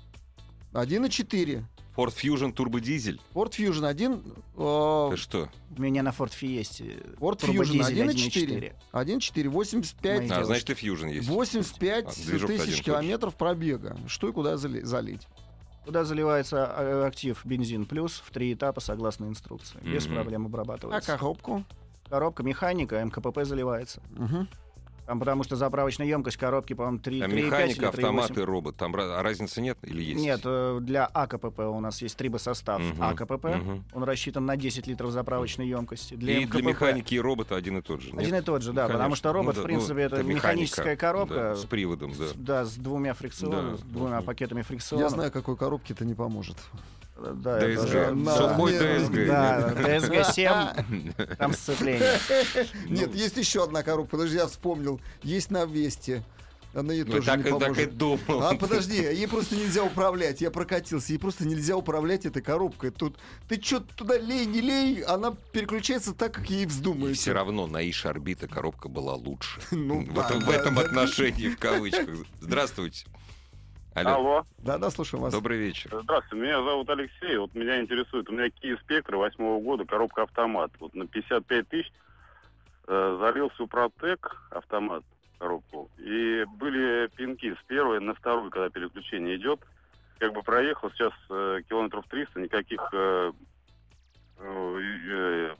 Speaker 3: один и четыре.
Speaker 2: Ford Fusion турбодизель?
Speaker 3: Ford Fusion один, э,
Speaker 2: Ты что?
Speaker 4: У меня на Ford Fiesta
Speaker 3: Ford
Speaker 4: турбодизель
Speaker 3: Fusion один и
Speaker 4: один и четыре.
Speaker 3: четыре. один и четыре, восемьдесят пять,
Speaker 4: Мои
Speaker 2: А,
Speaker 4: девушки.
Speaker 2: значит, и Fusion есть.
Speaker 3: восемьдесят пять
Speaker 2: А, движок один
Speaker 3: тысяч
Speaker 2: тот же.
Speaker 3: километров пробега. Что и куда зали- залить?
Speaker 4: Туда заливается э, актив бензин плюс в три этапа согласно инструкции. Без
Speaker 2: Мгм.
Speaker 4: проблем
Speaker 3: А
Speaker 4: обрабатывается.
Speaker 3: коробку?
Speaker 4: Коробка механика, эм ка пэ пэ заливается.
Speaker 3: Мгм.
Speaker 4: Там потому что заправочная емкость коробки, по-моему, три и пять или три и восемь.
Speaker 2: Механика, автомат и робот. Там ra- разницы нет или есть?
Speaker 4: Нет, э, для АКПП у нас есть трибосостав
Speaker 2: Мгм,
Speaker 4: АКПП.
Speaker 2: мгм.
Speaker 4: Он рассчитан на десять литров заправочной емкости. Для
Speaker 2: И для
Speaker 4: МКПП
Speaker 2: механики и робота один и тот же.
Speaker 4: один
Speaker 2: нет?
Speaker 4: и тот же, да,
Speaker 2: Ну,
Speaker 4: потому что
Speaker 2: конечно.
Speaker 4: робот,
Speaker 2: Ну
Speaker 4: в
Speaker 2: да,
Speaker 4: принципе,
Speaker 2: ну,
Speaker 4: это
Speaker 2: это
Speaker 4: механическая
Speaker 2: механика,
Speaker 4: коробка.
Speaker 2: да, с приводом, да.
Speaker 4: С, да, с двумя фрикционами,
Speaker 2: Да,
Speaker 4: с двумя
Speaker 2: мгм.
Speaker 4: пакетами фрикциона.
Speaker 3: Я знаю, какой коробке это не поможет.
Speaker 4: Да, это
Speaker 2: ДСГ.
Speaker 4: же-
Speaker 3: Да.
Speaker 2: Сухой
Speaker 3: Нет,
Speaker 2: ДСГ.
Speaker 4: Да, ДСГ семь, там сцепление.
Speaker 3: Нет, есть еще одна коробка. Подожди, я вспомнил. Есть на Весте. Она ей
Speaker 2: Ну,
Speaker 3: тоже
Speaker 2: так,
Speaker 3: не
Speaker 2: и- так и
Speaker 3: поможет.
Speaker 2: думал.
Speaker 3: А подожди, ей просто нельзя управлять. Я прокатился, ей просто нельзя управлять этой коробкой. Тут ты что туда лей, не лей, она переключается так, как ей
Speaker 2: И
Speaker 3: вздумается.
Speaker 2: все равно на Иш орбита коробка была лучше.
Speaker 3: Ну,
Speaker 2: Вот
Speaker 3: да,
Speaker 2: в
Speaker 3: да,
Speaker 2: этом
Speaker 3: да.
Speaker 2: отношении, в кавычках. Здравствуйте. Алло.
Speaker 6: Алло.
Speaker 3: Да, да, слушаем вас.
Speaker 2: Добрый вечер.
Speaker 6: Здравствуйте, меня зовут Алексей. Вот меня интересует, у меня Kia Spectra восьмого года, коробка автомат. Вот на пятьдесят пять тысяч э, залил Супротек автомат, коробку. И были пинки с первой на вторую, когда переключение идет. Как бы проехал сейчас э, километров триста, никаких э, э, э,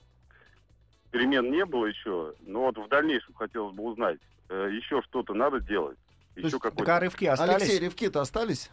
Speaker 6: перемен не было еще. Но вот в дальнейшем хотелось бы узнать, э, еще что-то надо делать. Еще
Speaker 3: есть,
Speaker 6: какой-то...
Speaker 4: Так а рывки остались?
Speaker 3: Алексей, ревки-то остались?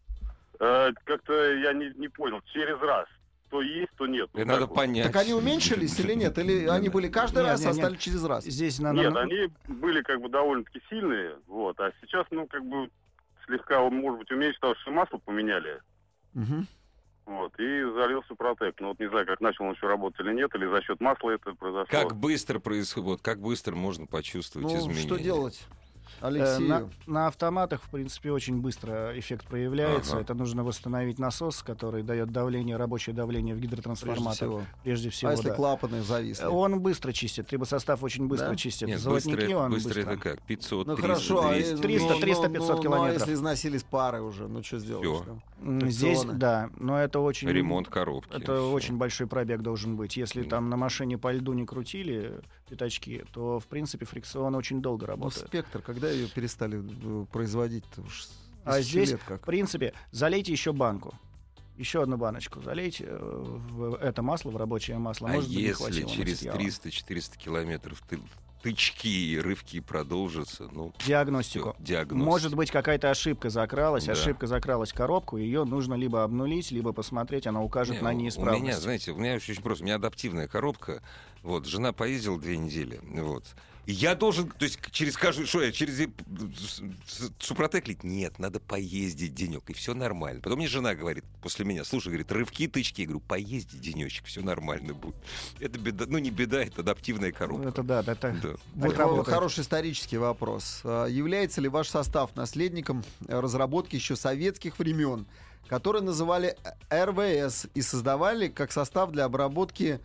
Speaker 6: Э, как-то я не, не понял. Через раз. То есть, то нет.
Speaker 2: И
Speaker 6: Вот
Speaker 2: надо
Speaker 6: так вот.
Speaker 2: понять.
Speaker 3: Так они уменьшились или нет? Или они были каждый
Speaker 4: Нет,
Speaker 3: раз,
Speaker 4: нет,
Speaker 3: а
Speaker 4: нет.
Speaker 3: стали через раз?
Speaker 4: Здесь на,
Speaker 6: Нет,
Speaker 4: на-
Speaker 6: они были как бы довольно-таки сильные. Вот. А сейчас, ну, как бы слегка, может быть, уменьшилось, потому что масло поменяли.
Speaker 3: Мгм.
Speaker 6: Вот. И залил Супротек. Ну, вот не знаю, как начал он еще работать или нет, или за счет масла это произошло.
Speaker 2: Как быстро происходит, вот, как быстро можно почувствовать
Speaker 3: Ну,
Speaker 2: изменения?
Speaker 3: что делать?
Speaker 4: Э,
Speaker 3: Алексею.
Speaker 4: На, на автоматах, в принципе, очень быстро эффект проявляется.
Speaker 2: Ага.
Speaker 4: Это нужно восстановить насос, который дает давление, рабочее давление в
Speaker 3: Прежде
Speaker 4: гидротрансформатор.
Speaker 3: всего.
Speaker 4: Прежде всего,
Speaker 3: А если
Speaker 4: да.
Speaker 3: клапаны зависли?
Speaker 4: Он быстро чистит, трибосостав очень быстро
Speaker 3: Да?
Speaker 4: чистит.
Speaker 2: Нет,
Speaker 4: Золотники
Speaker 2: быстро, это-
Speaker 4: он
Speaker 2: быстро
Speaker 4: быстро.
Speaker 2: это как? пятьсот,
Speaker 3: Ну
Speaker 2: триста,
Speaker 3: хорошо, а
Speaker 2: двести.
Speaker 3: если-
Speaker 4: триста,
Speaker 3: ну,
Speaker 4: триста,
Speaker 3: ну,
Speaker 4: пятьсот
Speaker 3: ну,
Speaker 4: километров.
Speaker 3: Ну, а если износились пары уже, ну что сделать?
Speaker 2: Всё.
Speaker 3: там?
Speaker 4: М, Здесь,
Speaker 3: Фрикционы.
Speaker 4: да, но это очень...
Speaker 2: Ремонт коробки.
Speaker 4: Это
Speaker 2: всё.
Speaker 4: очень большой пробег должен быть. Если
Speaker 2: Да.
Speaker 4: там на машине по льду не крутили пятачки, то, в принципе, фрикцион очень долго
Speaker 3: Ну,
Speaker 4: работает.
Speaker 3: спектр, когда ее перестали э, производить-то уж с
Speaker 4: А
Speaker 3: тысячи
Speaker 4: здесь,
Speaker 3: лет как.
Speaker 4: в принципе, залейте еще банку. Еще одну баночку залейте э, в это масло, в рабочее масло.
Speaker 2: А
Speaker 4: Может быть, не
Speaker 2: если
Speaker 4: хватило
Speaker 2: через
Speaker 4: материала.
Speaker 2: триста-четыреста километров ты, тычки и рывки продолжатся, ну,
Speaker 4: Диагностику.
Speaker 2: всё, диагноз.
Speaker 4: Может быть, какая-то ошибка закралась,
Speaker 2: Да.
Speaker 4: ошибка закралась в коробку, ее нужно либо обнулить, либо посмотреть, она укажет
Speaker 2: Не,
Speaker 4: на
Speaker 2: у-
Speaker 4: неисправность.
Speaker 2: У меня, знаете, у меня очень просто, у меня адаптивная коробка. Вот, жена поездила две недели. Вот. И я должен, то есть к- через каждую, что я, через э, с- с- Супротек лить? Нет, надо поездить денек, и все нормально. Потом мне жена говорит, после меня, слушай, говорит, рывки, тычки. Я говорю, поезди денечек, все нормально будет. Это беда, ну не беда, это адаптивная коробка.
Speaker 4: Это да, это
Speaker 2: Да.
Speaker 4: вот
Speaker 3: Так,
Speaker 4: работает.
Speaker 3: хороший исторический вопрос. А, Является ли ваш состав наследником э, разработки еще советских времен, которые называли эр вэ эс и создавали как состав для обработки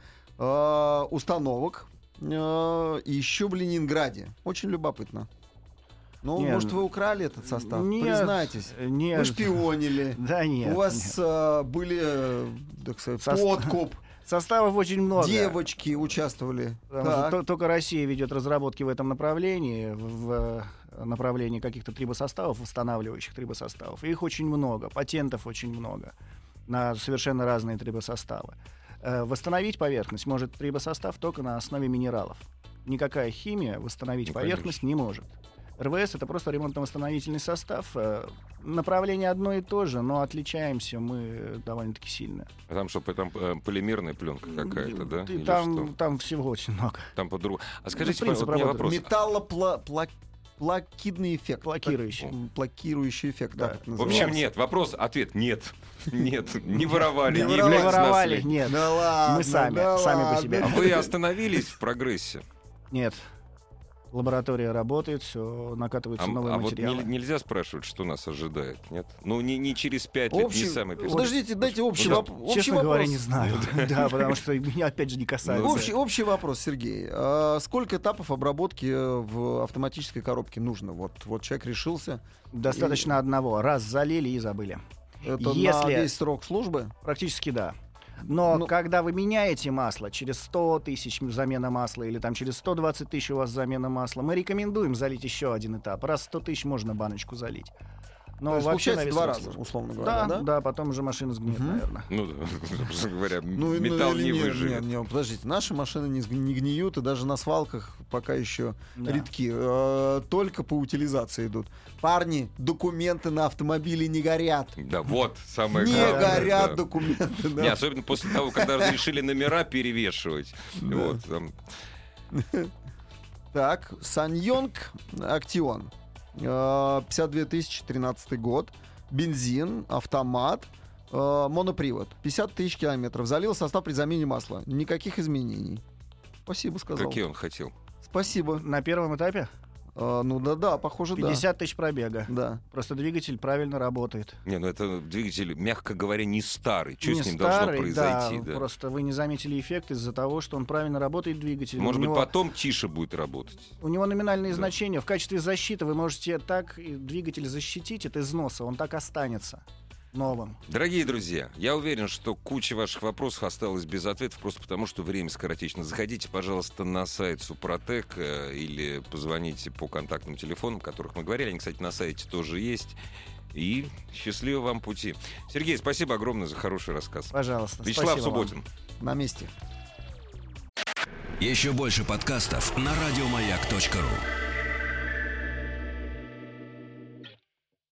Speaker 3: э, установок э, еще в Ленинграде? Очень любопытно. Ну,
Speaker 4: Не,
Speaker 3: может, вы украли этот состав?
Speaker 4: Нет,
Speaker 3: Признайтесь.
Speaker 4: нет.
Speaker 3: Вы шпионили.
Speaker 4: Да нет.
Speaker 3: У вас
Speaker 4: нет.
Speaker 3: э, были, э, так сказать,
Speaker 4: Состав-
Speaker 3: подкуп,
Speaker 4: Составов очень много.
Speaker 3: девочки участвовали.
Speaker 4: Потому что
Speaker 3: Так.
Speaker 4: то- только Россия ведет разработки в этом направлении, в в направлении каких-то трибосоставов, восстанавливающих трибосоставов. И их очень много, патентов очень много на совершенно разные трибосоставы. Э, Восстановить поверхность может трибосостав только на основе минералов. Никакая химия восстановить
Speaker 2: Ну,
Speaker 4: поверхность не может. эр вэ эс — это просто ремонтно-восстановительный состав. Э, Направление одно и то же, но отличаемся мы довольно-таки сильно.
Speaker 2: Там что, там э, полимерная пленка какая-то, да?
Speaker 4: И
Speaker 2: Или
Speaker 4: Там,
Speaker 2: что?
Speaker 4: там всего очень много.
Speaker 2: Там по-другому. А скажите,
Speaker 4: Ну, принцип
Speaker 2: вот у меня
Speaker 4: работы.
Speaker 2: вопрос.
Speaker 3: Металлоплакидный эффект.
Speaker 4: Плакирующий.
Speaker 3: Так, м, Плакирующий эффект,
Speaker 4: Да.
Speaker 3: да. так
Speaker 2: В
Speaker 3: называется.
Speaker 2: общем, нет. Вопрос, ответ нет. Нет, не воровали,
Speaker 3: Не
Speaker 2: не
Speaker 3: воровали.
Speaker 4: Не
Speaker 2: является
Speaker 4: воровали,
Speaker 2: наследником.
Speaker 4: нет.
Speaker 3: Да ладно,
Speaker 4: Мы сами,
Speaker 3: да
Speaker 4: сами по
Speaker 3: ладно.
Speaker 4: себе.
Speaker 2: А вы остановились в прогрессе?
Speaker 4: Нет. Лаборатория работает, все накатываются
Speaker 2: А,
Speaker 4: новые
Speaker 2: а вот
Speaker 4: материалы.
Speaker 2: не- нельзя спрашивать, что нас ожидает, нет? Ну, не, не через пять лет,
Speaker 3: Общий-
Speaker 2: не самый первый.
Speaker 3: Подождите, дайте общий,
Speaker 2: Честно-
Speaker 3: воп- общий
Speaker 4: Честно
Speaker 3: вопрос.
Speaker 4: говоря, не знаю. Да, потому что меня опять же не касается.
Speaker 3: Общий, общий вопрос, Сергей. А сколько этапов обработки э, в автоматической коробке нужно? Вот, вот человек решился.
Speaker 4: Достаточно одного. Раз залили и забыли.
Speaker 3: Это на
Speaker 4: Если-
Speaker 3: весь срок службы?
Speaker 4: Практически да. Но
Speaker 3: Ну-
Speaker 4: когда вы меняете масло, через сто тысяч замена масла или там через сто двадцать тысяч у вас замена масла, мы рекомендуем залить еще один этап. Раз сто тысяч можно баночку залить. Но
Speaker 3: То есть
Speaker 4: вообще
Speaker 3: получается
Speaker 4: на весь
Speaker 3: два
Speaker 4: срок
Speaker 3: раза,
Speaker 4: службы.
Speaker 3: условно
Speaker 4: Да,
Speaker 3: говоря,
Speaker 4: да,
Speaker 3: да?
Speaker 4: потом уже машина сгниет,
Speaker 3: Мгм.
Speaker 4: наверное.
Speaker 2: Ну, да, собственно говоря,
Speaker 3: Ну,
Speaker 2: металл
Speaker 3: ну, или
Speaker 2: не
Speaker 3: нет,
Speaker 2: выживет.
Speaker 3: нет, нет, подождите, наши машины не, сг- не гниют, и даже на свалках пока еще
Speaker 4: Да.
Speaker 3: редки. Э, только по утилизации идут. Парни, документы на автомобиле не горят.
Speaker 2: Да, вот самое
Speaker 3: Не
Speaker 2: главное.
Speaker 3: горят
Speaker 2: да.
Speaker 3: документы.
Speaker 2: Не,
Speaker 3: да.
Speaker 2: особенно после того, когда разрешили номера перевешивать.
Speaker 3: Да.
Speaker 2: Вот, там.
Speaker 3: Так, Саньонг Актион. Э, пятьдесят две тысячи, тринадцатый год. Бензин, автомат, э, монопривод. пятьдесят тысяч километров. Залил состав при замене масла. Никаких изменений. Спасибо, сказал.
Speaker 2: Какие он хотел?
Speaker 3: Спасибо.
Speaker 4: На первом этапе
Speaker 3: Э, ну да-да, похоже,
Speaker 4: пятьдесят тысяч пробега.
Speaker 3: да. Да.
Speaker 4: Просто двигатель правильно работает.
Speaker 2: Не, ну это двигатель, мягко говоря, не старый. Что
Speaker 4: Не
Speaker 2: с ним
Speaker 4: старый,
Speaker 2: должно произойти?
Speaker 4: да,
Speaker 2: Да.
Speaker 4: Просто вы не заметили эффект из-за того, что он правильно работает, двигатель.
Speaker 2: Может
Speaker 4: у
Speaker 2: быть,
Speaker 4: него,
Speaker 2: потом тише будет работать.
Speaker 4: у него номинальные
Speaker 2: Да.
Speaker 4: значения. В качестве защиты вы можете так и двигатель защитить от износа, он так останется новым.
Speaker 2: Дорогие друзья, я уверен, что куча ваших вопросов осталась без ответов просто потому, что время скоротечно. Заходите, пожалуйста, на сайт Супротек э, или позвоните по контактным телефонам, о которых мы говорили. Они, кстати, на сайте тоже есть. И счастливо вам пути. Сергей, спасибо огромное за хороший рассказ.
Speaker 4: Пожалуйста.
Speaker 2: Вячеслав
Speaker 4: спасибо вам.
Speaker 2: Субботин.
Speaker 3: На месте.
Speaker 1: Еще больше подкастов на радиомаяк точка ру.